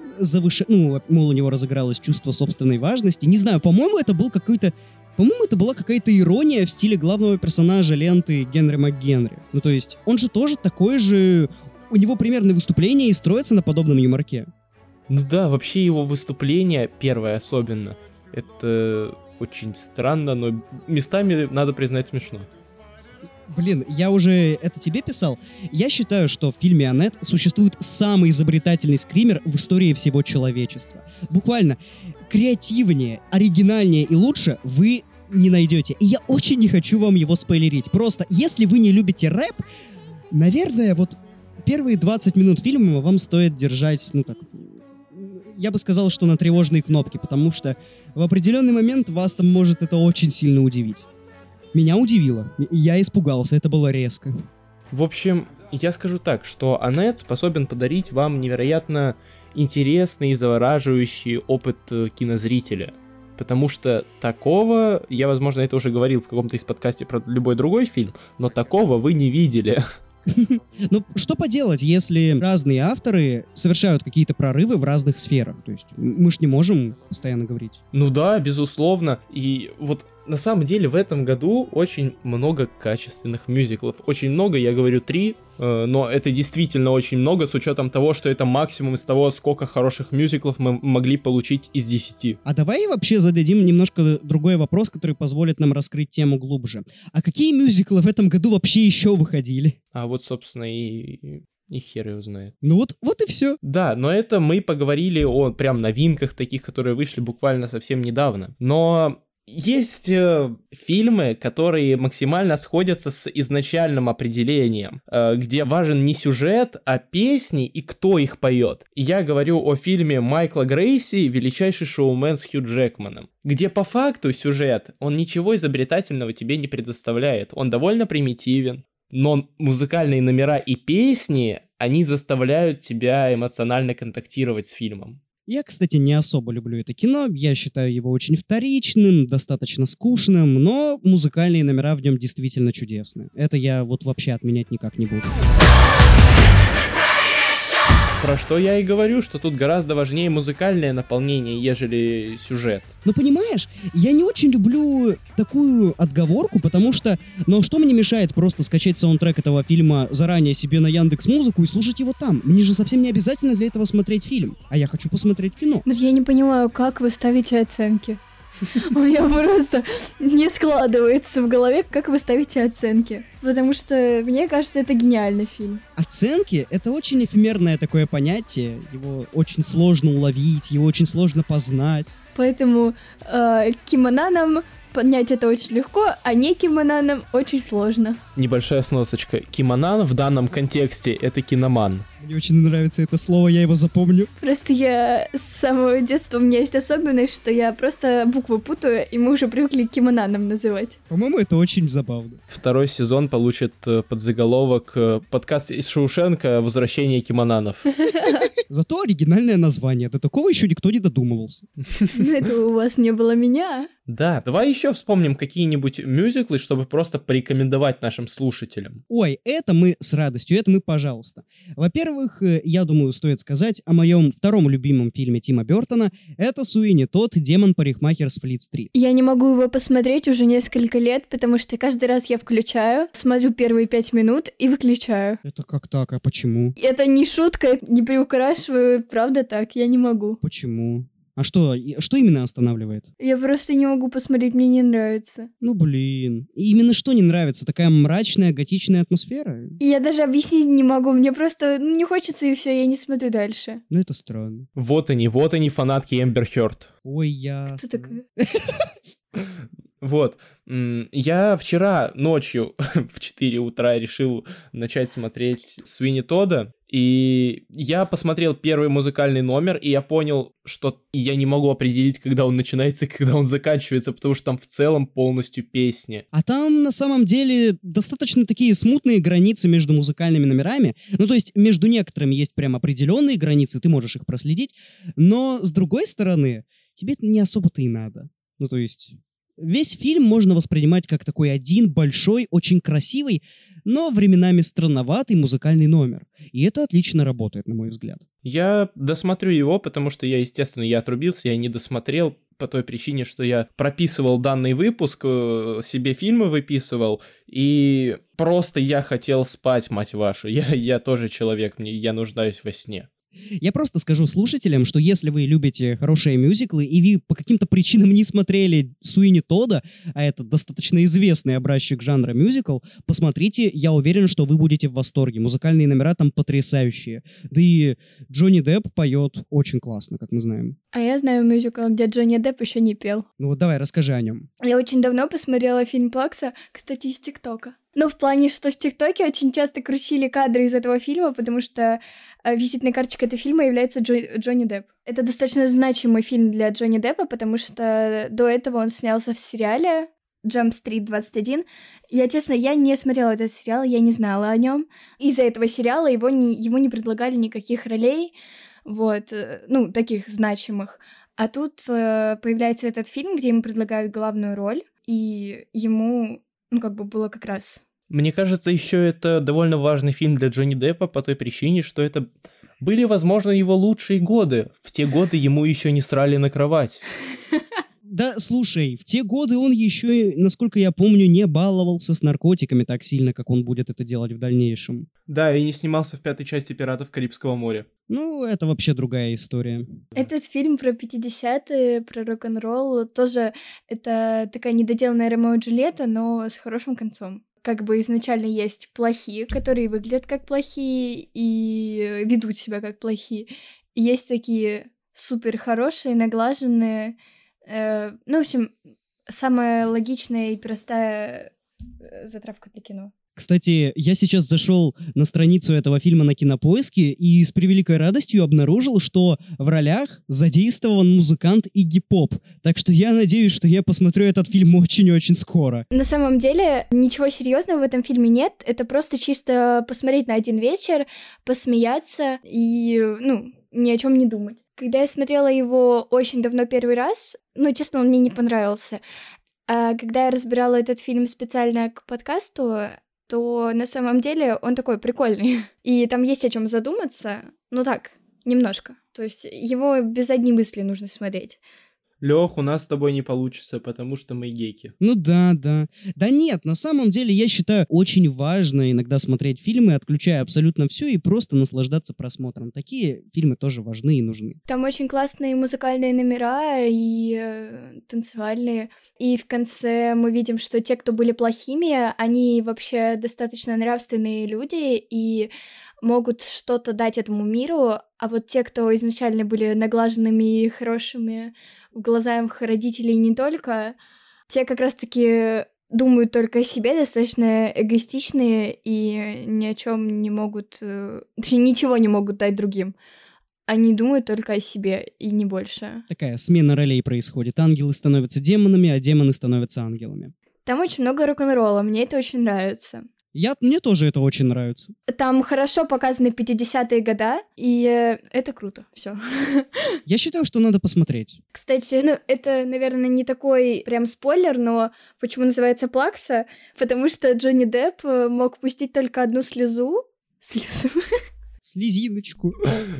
мол, у него разыгралось чувство собственной важности. Не знаю, по-моему, это была какая-то ирония в стиле главного персонажа ленты Генри МакГенри. То есть, он же тоже такой же... У него примерно выступление и строится на подобном юморке. Ну да, вообще его выступление, первое особенно, это очень странно, но местами, надо признать, смешно. Я уже это тебе писал. Я считаю, что в фильме Аннет существует самый изобретательный скример в истории всего человечества. Буквально креативнее, оригинальнее и лучше вы не найдете. И я очень не хочу вам его спойлерить. Просто, если вы не любите рэп, наверное, первые 20 минут фильма вам стоит держать, я бы сказал, что на тревожные кнопки, потому что в определенный момент вас там может это очень сильно удивить. Меня удивило. Я испугался, это было резко. В общем, я скажу так, что Аннет способен подарить вам невероятно интересный и завораживающий опыт кинозрителя. Потому что такого, я, возможно, это уже говорил в каком-то из подкастов про любой другой фильм, но такого вы не видели. Ну, что поделать, если разные авторы совершают какие-то прорывы в разных сферах? То есть мы ж не можем постоянно говорить. Ну да, безусловно. И вот на самом деле в этом году очень много качественных мюзиклов. Очень много, я говорю 3, но это действительно очень много, с учетом того, что это максимум из того, сколько хороших мюзиклов мы могли получить из 10. А давай вообще зададим немножко другой вопрос, который позволит нам раскрыть тему глубже. А какие мюзиклы в этом году вообще еще выходили? А вот, собственно, и хер его знает. Ну вот и все. Да, но это мы поговорили о прям новинках таких, которые вышли буквально совсем недавно. Но есть фильмы, которые максимально сходятся с изначальным определением, где важен не сюжет, а песни и кто их поет. И я говорю о фильме Майкла Грейси «Величайший шоумен» с Хью Джекманом, где по факту сюжет, он ничего изобретательного тебе не предоставляет, он довольно примитивен, но музыкальные номера и песни, они заставляют тебя эмоционально контактировать с фильмом. Я, кстати, не особо люблю это кино, я считаю его очень вторичным, достаточно скучным, но музыкальные номера в нем действительно чудесны. Это я вот вообще отменять никак не буду. Про что я и говорю, что тут гораздо важнее музыкальное наполнение, ежели сюжет. Ну, понимаешь, я не очень люблю такую отговорку, потому что... Но что мне мешает просто скачать саундтрек этого фильма заранее себе на Яндекс.Музыку и слушать его там? Мне же совсем не обязательно для этого смотреть фильм, а я хочу посмотреть кино. Но я не понимаю, как вы ставите оценки. У меня просто не складывается в голове, как вы ставите оценки. Потому что, мне кажется, это гениальный фильм. Оценки — это очень эфемерное такое понятие. Его очень сложно уловить, его очень сложно познать. Поэтому кимонанам понять это очень легко, а не кимонанам очень сложно. Небольшая сносочка. Кимонан в данном контексте — это киноман. Мне очень нравится это слово, я его запомню. Просто я с самого детства, у меня есть особенность, что я просто буквы путаю, и мы уже привыкли кимонанам называть. По-моему, это очень забавно. Второй сезон получит подзаголовок подкаст из Шоушенка «Возвращение кимонанов». Зато оригинальное название. До такого еще никто не додумывался. Ну это у вас не было меня. Да, давай еще вспомним какие-нибудь мюзиклы, чтобы просто порекомендовать нашим слушателям. Ой, это мы с радостью, это мы, пожалуйста. Во-первых, я думаю, стоит сказать о моем втором любимом фильме Тима Бёртона. Это Суини Тодд, демон-парикмахер с Флит-стрит. Я не могу его посмотреть уже несколько лет, потому что каждый раз я включаю, смотрю первые 5 минут и выключаю. Это как так? А почему? Это не шутка, не приукрашиваю, правда так, я не могу. Почему? А что именно останавливает? Я просто не могу посмотреть, мне не нравится. Ну, блин. И именно что не нравится? Такая мрачная, готичная атмосфера? И я даже объяснить не могу, мне просто не хочется, и все, я не смотрю дальше. Ну, это странно. Вот они, фанатки Эмбер Хёрд. Ой, ясно. Кто такое? Вот. Я вчера ночью в 4 утра решил начать смотреть Суини Тодда, и я посмотрел первый музыкальный номер, и я понял, что я не могу определить, когда он начинается и когда он заканчивается, потому что там в целом полностью песни. А там, на самом деле, достаточно такие смутные границы между музыкальными номерами. Ну, то есть, между некоторыми есть прям определенные границы, ты можешь их проследить, но, с другой стороны, тебе это не особо-то и надо. Ну, то есть... Весь фильм можно воспринимать как такой один большой, очень красивый, но временами странноватый музыкальный номер. И это отлично работает, на мой взгляд. Я досмотрю его, потому что я отрубился, я не досмотрел по той причине, что я прописывал данный выпуск, себе фильмы выписывал, и просто я хотел спать, мать вашу. Я тоже человек, я нуждаюсь во сне. Я просто скажу слушателям, что если вы любите хорошие мюзиклы, и вы по каким-то причинам не смотрели Суини Тодда, а это достаточно известный образчик жанра мюзикл, посмотрите, я уверен, что вы будете в восторге. Музыкальные номера там потрясающие. Да и Джонни Депп поет очень классно, как мы знаем. А я знаю мюзикл, где Джонни Депп еще не пел. Ну вот давай, расскажи о нем. Я очень давно посмотрела фильм Плакса, кстати, из ТикТока. Ну, в плане, что в ТикТоке очень часто крутили кадры из этого фильма, потому что визитной карточкой этого фильма является Джонни Депп. Это достаточно значимый фильм для Джонни Деппа, потому что до этого он снялся в сериале Jump Street 21. Я, честно, я не смотрела этот сериал, я не знала о нем. Из-за этого сериала ему не предлагали никаких ролей, вот, ну, таких значимых. А тут появляется этот фильм, где ему предлагают главную роль, и ему... Ну, как бы было как раз. Мне кажется, еще это довольно важный фильм для Джонни Деппа по той причине, что это были, возможно, его лучшие годы. В те годы ему еще не срали на кровать. Да, слушай, в те годы он еще, насколько я помню, не баловался с наркотиками так сильно, как он будет это делать в дальнейшем. Да, и не снимался в 5-й части «Пиратов Карибского моря». Ну, это вообще другая история. Этот фильм про 50-е, про рок-н-ролл, тоже это такая недоделанная Ромео и Джульетта, но с хорошим концом. Как бы изначально есть плохие, которые выглядят как плохие и ведут себя как плохие. И есть такие супер хорошие, наглаженные. Ну, в общем, самая логичная и простая затравка для кино. Кстати, я сейчас зашел на страницу этого фильма на Кинопоиске и с превеликой радостью обнаружил, что в ролях задействован музыкант Игги Поп. Так что я надеюсь, что я посмотрю этот фильм очень-очень скоро. На самом деле, ничего серьезного в этом фильме нет. Это просто чисто посмотреть на один вечер, посмеяться и, ну, ни о чем не думать. Когда я смотрела его очень давно первый раз, ну, честно, он мне не понравился. А когда я разбирала этот фильм специально к подкасту, то на самом деле он такой прикольный. И там есть о чем задуматься, ну так, немножко. То есть его без одной мысли нужно смотреть. Лех, у нас с тобой не получится, потому что мы геки. Ну да. Да нет, на самом деле я считаю очень важно иногда смотреть фильмы, отключая абсолютно все и просто наслаждаться просмотром. Такие фильмы тоже важны и нужны. Там очень классные музыкальные номера и танцевальные. И в конце мы видим, что те, кто были плохими, они вообще достаточно нравственные люди и могут что-то дать этому миру, а вот те, кто изначально были наглаженными и хорошими в глазах родителей не только, те как раз-таки думают только о себе, достаточно эгоистичные и ни о чем не могут, точнее, ничего не могут дать другим. Они думают только о себе и не больше. Такая смена ролей происходит. Ангелы становятся демонами, а демоны становятся ангелами. Там очень много рок-н-ролла, мне это очень нравится. Мне тоже это очень нравится. Там хорошо показаны 50-е года, и это круто, все. Я считаю, что надо посмотреть. Кстати, это, наверное, не такой прям спойлер, но почему называется «Плакса»? Потому что Джонни Депп мог пустить только одну слезу. Слезиночку.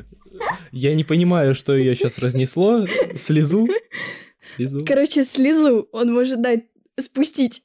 Я не понимаю, что ее сейчас разнесло. Слезу? Короче, слезу он может дать спустить.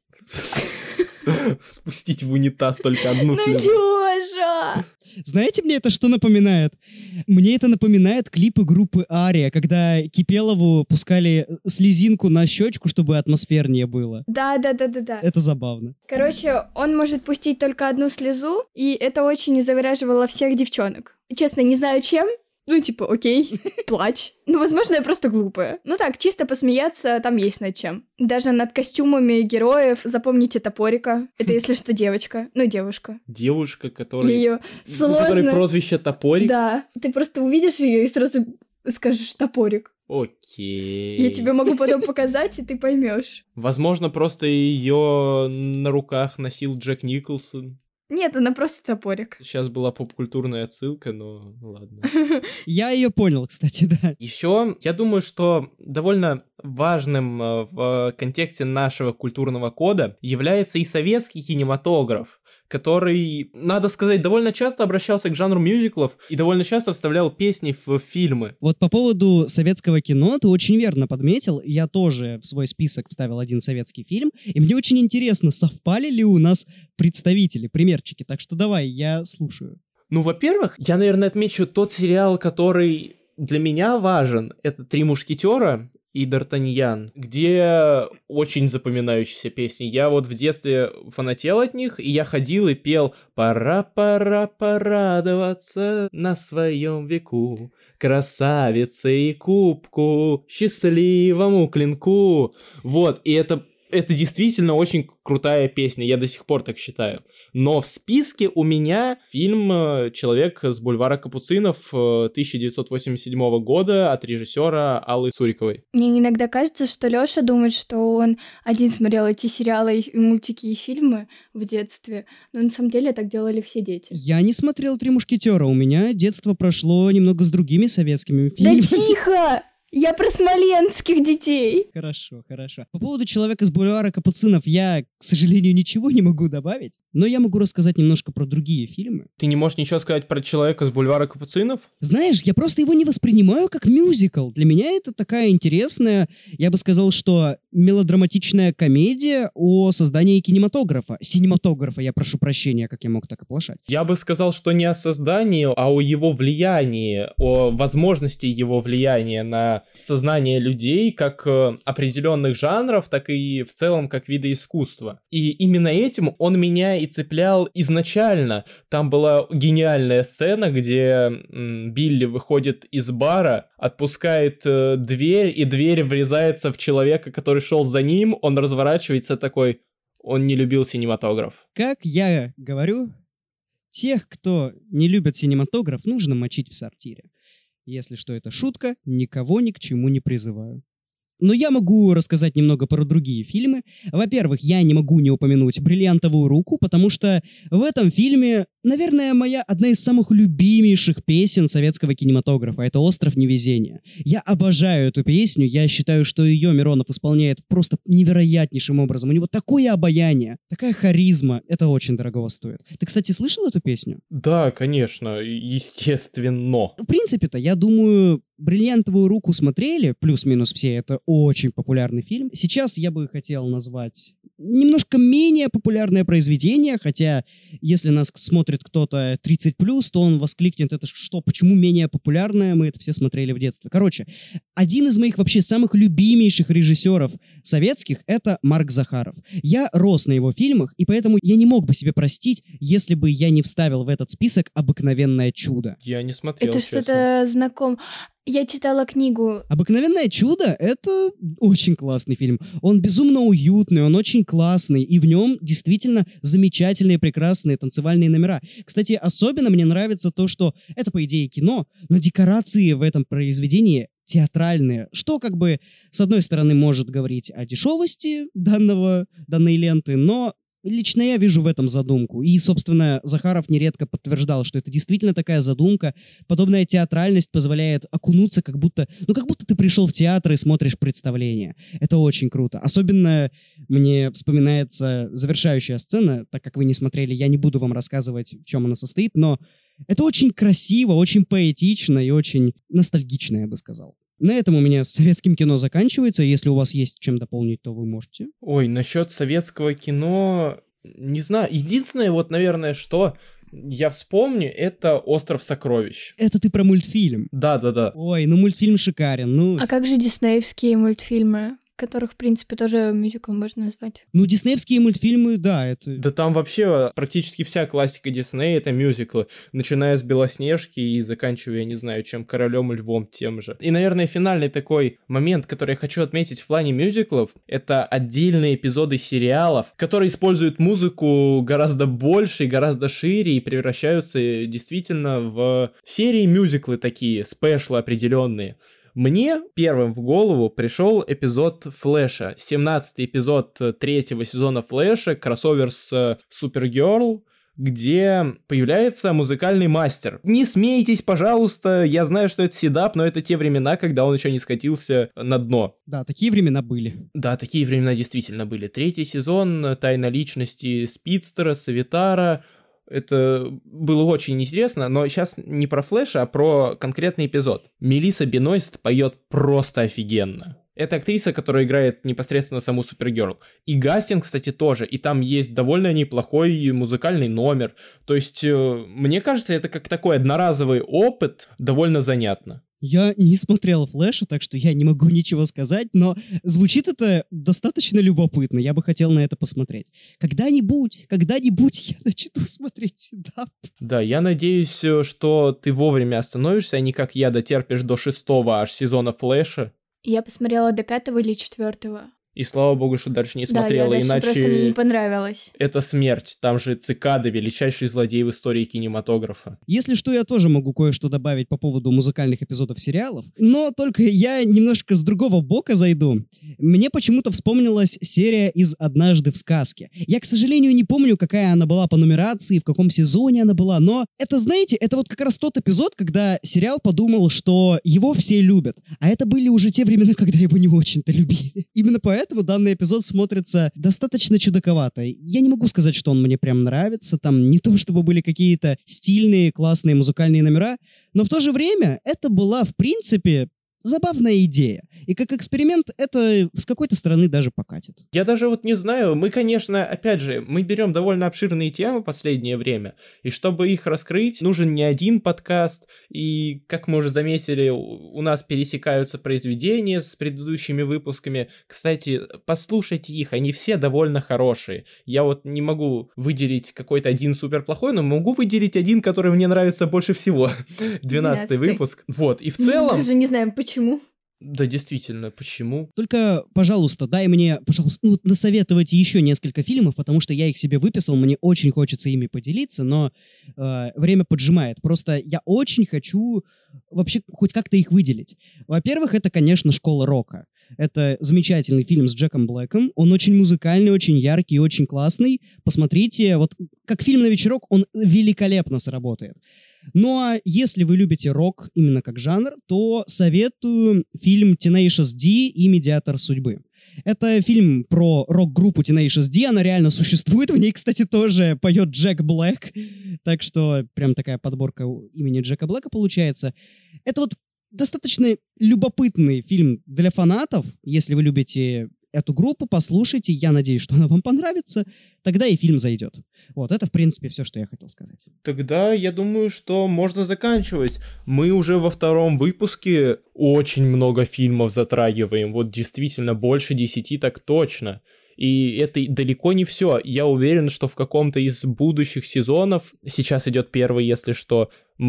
Спустить в унитаз только одну слезу. Лёша! Знаете, мне это что напоминает? Мне это напоминает клипы группы Ария, когда Кипелову пускали слезинку на щечку, чтобы атмосфернее было. Да. Это забавно. Короче, он может пустить только одну слезу, и это очень завораживало всех девчонок. Честно, не знаю чем. Окей, плачь. Возможно, я просто глупая. Так, чисто посмеяться там есть над чем. Даже над костюмами героев. Запомните Топорика. Это, если что, девочка. Девушка. Девушка, которой... Её сложно... Которой прозвище Топорик? Да. Ты просто увидишь ее и сразу скажешь Топорик. Окей. Я тебе могу потом показать, и ты поймешь. Возможно, просто ее на руках носил Джек Николсон. Нет, она просто Топорик. Сейчас была попкультурная отсылка, но ладно. Я ее понял, кстати, да. Еще, я думаю, что довольно важным в контексте нашего культурного кода является и советский кинематограф, который, надо сказать, довольно часто обращался к жанру мюзиклов и довольно часто вставлял песни в фильмы. Вот по поводу советского кино ты очень верно подметил. Я тоже в свой список вставил один советский фильм, и мне очень интересно, совпали ли у нас представители, примерчики. Так что давай, я слушаю. Во-первых, я, наверное, отмечу тот сериал, который для меня важен. Это «Три мушкетера» и «Д'Артаньян», где очень запоминающиеся песни. Я в детстве фанател от них, и я ходил и пел «Пора порадоваться на своем веку, красавице и кубку, счастливому клинку». И это действительно очень крутая песня, я до сих пор так считаю. Но в списке у меня фильм «Человек с бульвара Капуцинов» 1987 года от режиссера Аллы Суриковой. Мне иногда кажется, что Лёша думает, что он один смотрел эти сериалы, и мультики и фильмы в детстве, но на самом деле так делали все дети. Я не смотрел «Три мушкетера», у меня детство прошло немного с другими советскими фильмами. Да тихо! Я про смоленских детей. Хорошо. По поводу «Человека с бульвара Капуцинов» я, к сожалению, ничего не могу добавить, но я могу рассказать немножко про другие фильмы. Ты не можешь ничего сказать про «Человека с бульвара Капуцинов»? Знаешь, я просто его не воспринимаю как мюзикл. Для меня это такая интересная, я бы сказал, что мелодраматичная комедия о создании кинематографа. Синематографа, я прошу прощения, как я мог так оплошать. Я бы сказал, что не о создании, а о его влиянии, о возможности его влияния на сознание людей, как определенных жанров, так и в целом как вида искусства. И именно этим он меня и цеплял изначально. Там была гениальная сцена, где Билли выходит из бара, отпускает дверь, и дверь врезается в человека, который шел за ним, он разворачивается такой, он не любил синематограф. Как я говорю, тех, кто не любит синематограф, нужно мочить в сортире. Если что, это шутка, никого ни к чему не призываю. Но я могу рассказать немного про другие фильмы. Во-первых, я не могу не упомянуть «Бриллиантовую руку», потому что в этом фильме, наверное, одна из самых любимейших песен советского кинематографа. Это «Остров невезения». Я обожаю эту песню, я считаю, что ее Миронов исполняет просто невероятнейшим образом. У него такое обаяние, такая харизма. Это очень дорогого стоит. Ты, кстати, слышал эту песню? Да, конечно, естественно. В принципе-то, я думаю, «Бриллиантовую руку» смотрели, плюс-минус все, это очень популярный фильм. Сейчас я бы хотел назвать немножко менее популярное произведение, хотя если нас смотрит кто-то 30+, то он воскликнет, это что, почему менее популярное, мы это все смотрели в детстве. Короче, один из моих вообще самых любимейших режиссеров советских — это Марк Захаров. Я рос на его фильмах, и поэтому я не мог бы себе простить, если бы я не вставил в этот список «Обыкновенное чудо». Я не смотрел, Это честно. что-то знакомое. Я читала книгу. «Обыкновенное чудо» — это очень классный фильм. Он безумно уютный, он очень классный, и в нем действительно замечательные, прекрасные танцевальные номера. Кстати, особенно мне нравится то, что это, по идее, кино, но декорации в этом произведении театральные, что как бы, с одной стороны, может говорить о дешевости данной ленты, но лично я вижу в этом задумку. И, собственно, Захаров нередко подтверждал, что это действительно такая задумка. Подобная театральность позволяет окунуться, как будто ты пришел в театр и смотришь представление. Это очень круто. Особенно мне вспоминается завершающая сцена, так как вы не смотрели, я не буду вам рассказывать, в чем она состоит, но это очень красиво, очень поэтично и очень ностальгично, я бы сказал. На этом у меня с советским кино заканчивается. Если у вас есть чем дополнить, то вы можете. Ой, насчет советского кино, не знаю. Единственное, вот, наверное, что я вспомню, это «Остров сокровищ». Это ты про мультфильм. Да. Ой, ну мультфильм шикарен. Ну, А как же диснеевские мультфильмы, которых, в принципе, тоже мюзикл можно назвать? ну диснеевские мультфильмы, да, это... Да там вообще практически вся классика Диснея — это мюзиклы, начиная с «Белоснежки» и заканчивая, я не знаю, чем «Королем и львом» тем же. И, наверное, финальный такой момент, который я хочу отметить в плане мюзиклов, это отдельные эпизоды сериалов, которые используют музыку гораздо больше и гораздо шире и превращаются действительно в серии мюзиклы такие, спешлы определенные. Мне первым в голову пришел эпизод Флэша, 17-й эпизод 3-го сезона Флэша, кроссовер с Супергерл, где появляется музыкальный мастер. Не смейтесь, пожалуйста, я знаю, что это седап, но это те времена, когда он еще не скатился на дно. Да, такие времена были. Да, такие времена действительно были. 3-й сезон, тайна личности Спидстера, Савитара. Это было очень интересно, но сейчас не про Флэша, а про конкретный эпизод. Мелисса Беноист поет просто офигенно. Это актриса, которая играет непосредственно саму Супергерл. И Гастин, кстати, тоже. И там есть довольно неплохой музыкальный номер. То есть, мне кажется, это как такой одноразовый опыт, довольно занятно. Я не смотрел «Флэша», так что я не могу ничего сказать, но звучит это достаточно любопытно. Я бы хотел на это посмотреть. Когда-нибудь я начну смотреть седап. Да, я надеюсь, что ты вовремя остановишься, а не как я дотерпишь до 6-го аж сезона Флэша. Я посмотрела до 5-го или 4-го. И слава богу, что дальше не смотрела, да, я дальше просто мне не иначе понравилось. это смерть. Там же Цикада, величайший злодей в истории кинематографа. Если что, я тоже могу кое-что добавить по поводу музыкальных эпизодов сериалов, но только я немножко с другого бока зайду. Мне почему-то вспомнилась серия из «Однажды в сказке». Я, к сожалению, не помню, какая она была по нумерации, в каком сезоне она была, но это, знаете, это вот как раз тот эпизод, когда сериал подумал, что его все любят. А это были уже те времена, когда его не очень-то любили. Именно поэтому данный эпизод смотрится достаточно чудаковато. Я не могу сказать, что он мне прям нравится. Там не то, чтобы были какие-то стильные, классные музыкальные номера, но в то же время это была, в принципе, забавная идея. И как эксперимент это с какой-то стороны даже покатит. Я даже вот не знаю, мы, конечно, опять же, мы берем довольно обширные темы в последнее время, и чтобы их раскрыть, нужен не один подкаст, и, как мы уже заметили, у нас пересекаются произведения с предыдущими выпусками. Кстати, послушайте их, они все довольно хорошие. Я вот не могу выделить какой-то один супер плохой, но могу выделить один, который мне нравится больше всего. 12-й выпуск. Вот, и в целом... Даже не знаем, почему. Да, действительно, почему? Только, пожалуйста, дай мне, насоветовать еще несколько фильмов, потому что я их себе выписал, мне очень хочется ими поделиться, но время поджимает. Просто я очень хочу вообще хоть как-то их выделить. Во-первых, это, конечно, «Школа рока». Это замечательный фильм с Джеком Блэком. Он очень музыкальный, очень яркий, очень классный. Посмотрите, вот как фильм на вечерок, он великолепно сработает. Ну а если вы любите рок именно как жанр, то советую фильм Tenacious D и «Медиатор судьбы». Это фильм про рок-группу Tenacious D, она реально существует, в ней, кстати, тоже поет Джек Блэк, так что прям такая подборка имени Джека Блэка получается. Это вот достаточно любопытный фильм для фанатов. Если вы любите эту группу, послушайте. Я надеюсь, что она вам понравится. Тогда и фильм зайдет. Вот, это, в принципе, все, что я хотел сказать. Тогда я думаю, что можно заканчивать. Мы уже во 2-м выпуске очень много фильмов затрагиваем. Вот действительно, больше 10 так точно. И это далеко не все. Я уверен, что в каком-то из будущих сезонов, сейчас идет первый, если что,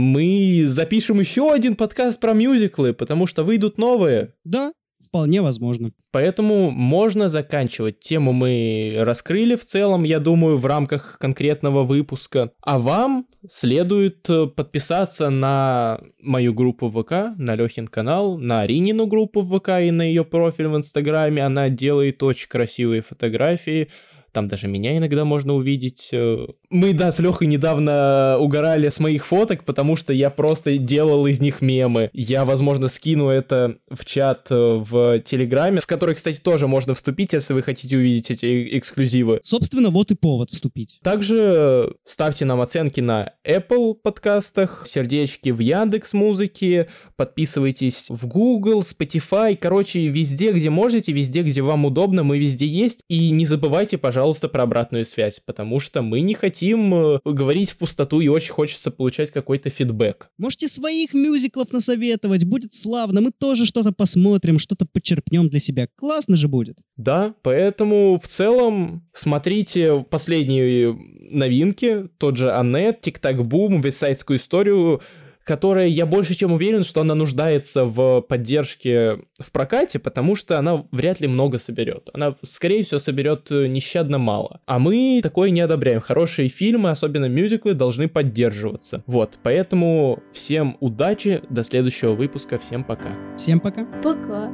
мы запишем еще один подкаст про мюзиклы, потому что выйдут новые. Да, вполне возможно. Поэтому можно заканчивать. Тему мы раскрыли в целом, я думаю, в рамках конкретного выпуска. А вам следует подписаться на мою группу в ВК, на Лёхин канал, на Аринину группу в ВК и на ее профиль в Инстаграме. Она делает очень красивые фотографии. Там даже меня иногда можно увидеть. Мы, да, с Лёхой недавно угорали с моих фоток, потому что я просто делал из них мемы. Я, возможно, скину это в чат в Телеграме, в который, кстати, тоже можно вступить, если вы хотите увидеть эти эксклюзивы. Собственно, вот и повод вступить. Также ставьте нам оценки на Apple подкастах, сердечки в Яндекс.Музыке, подписывайтесь в Google, Spotify, короче, везде, где можете, везде, где вам удобно, мы везде есть. И не забывайте, пожалуйста, про обратную связь, потому что мы не хотим говорить в пустоту и очень хочется получать какой-то фидбэк. Можете своих мюзиклов насоветовать, будет славно. Мы тоже что-то посмотрим, что-то подчерпнем для себя. Классно же будет. Да, поэтому в целом смотрите последние новинки, тот же Аннет, Тик-Так-Бум, Вестсайдскую историю, которая, я больше чем уверен, что она нуждается в поддержке в прокате, потому что она вряд ли много соберет. Она, скорее всего, соберет нещадно мало. А мы такое не одобряем. Хорошие фильмы, особенно мюзиклы, должны поддерживаться. Вот, поэтому всем удачи, до следующего выпуска, всем пока. Всем пока. Пока.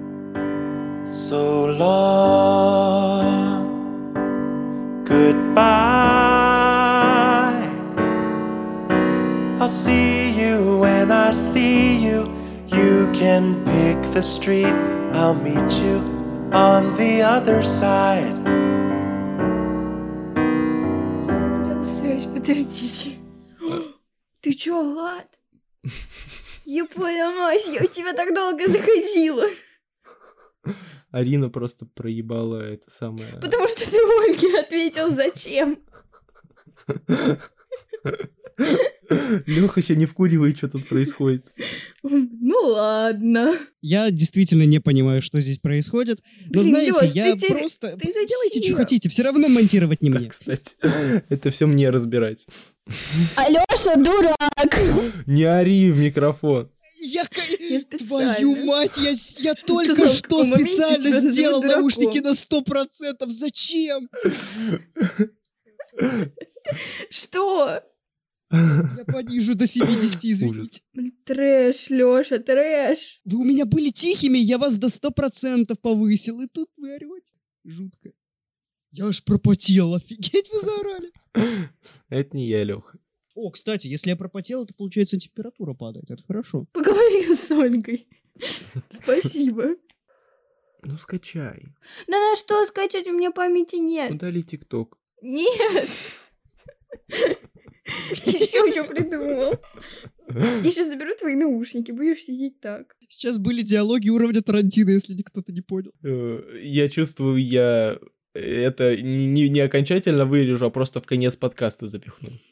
So long, goodbye. I'll see you when I see you. You can pick the street, I'll meet you on the other side. Связь, подождите. Ты чё, гад? Я поняла, Мась, я у тебя так долго заходила. Арина просто проебала это самое... Потому что ты Ольге ответил, зачем? Лёха еще не вкуривает, что тут происходит. Ну ладно. Я действительно не понимаю, что здесь происходит. Но Блин, знаете, Лёш, я ты просто... ты Делайте, зачем? что хотите, все равно монтировать не мне. Кстати, это все мне разбирать. Алёша, дурак! Не ори в микрофон. Я специально. Твою мать, я Что только ты что в моменте тебя специально называют сделал дураком? наушники на 100%. Зачем? Что? Я понижу до 70, извините. Трэш, Лёша, трэш. Вы у меня были тихими, я вас до 100% повысил, и тут вы орете. Жутко. Я аж пропотел, офигеть вы заорали. Это не я, Лёха. О, кстати, если я пропотел, то получается температура падает, это хорошо. Поговорим с Ольгой. Спасибо. Ну, скачай. Да на что скачать, у меня памяти нет. Удали ТикТок. Нет. Еще что придумал. Я сейчас заберу твои наушники, будешь сидеть так. Сейчас были диалоги уровня Тарантино, если кто-то не понял. Я чувствую, я это не окончательно вырежу, а просто в конец подкаста запихну.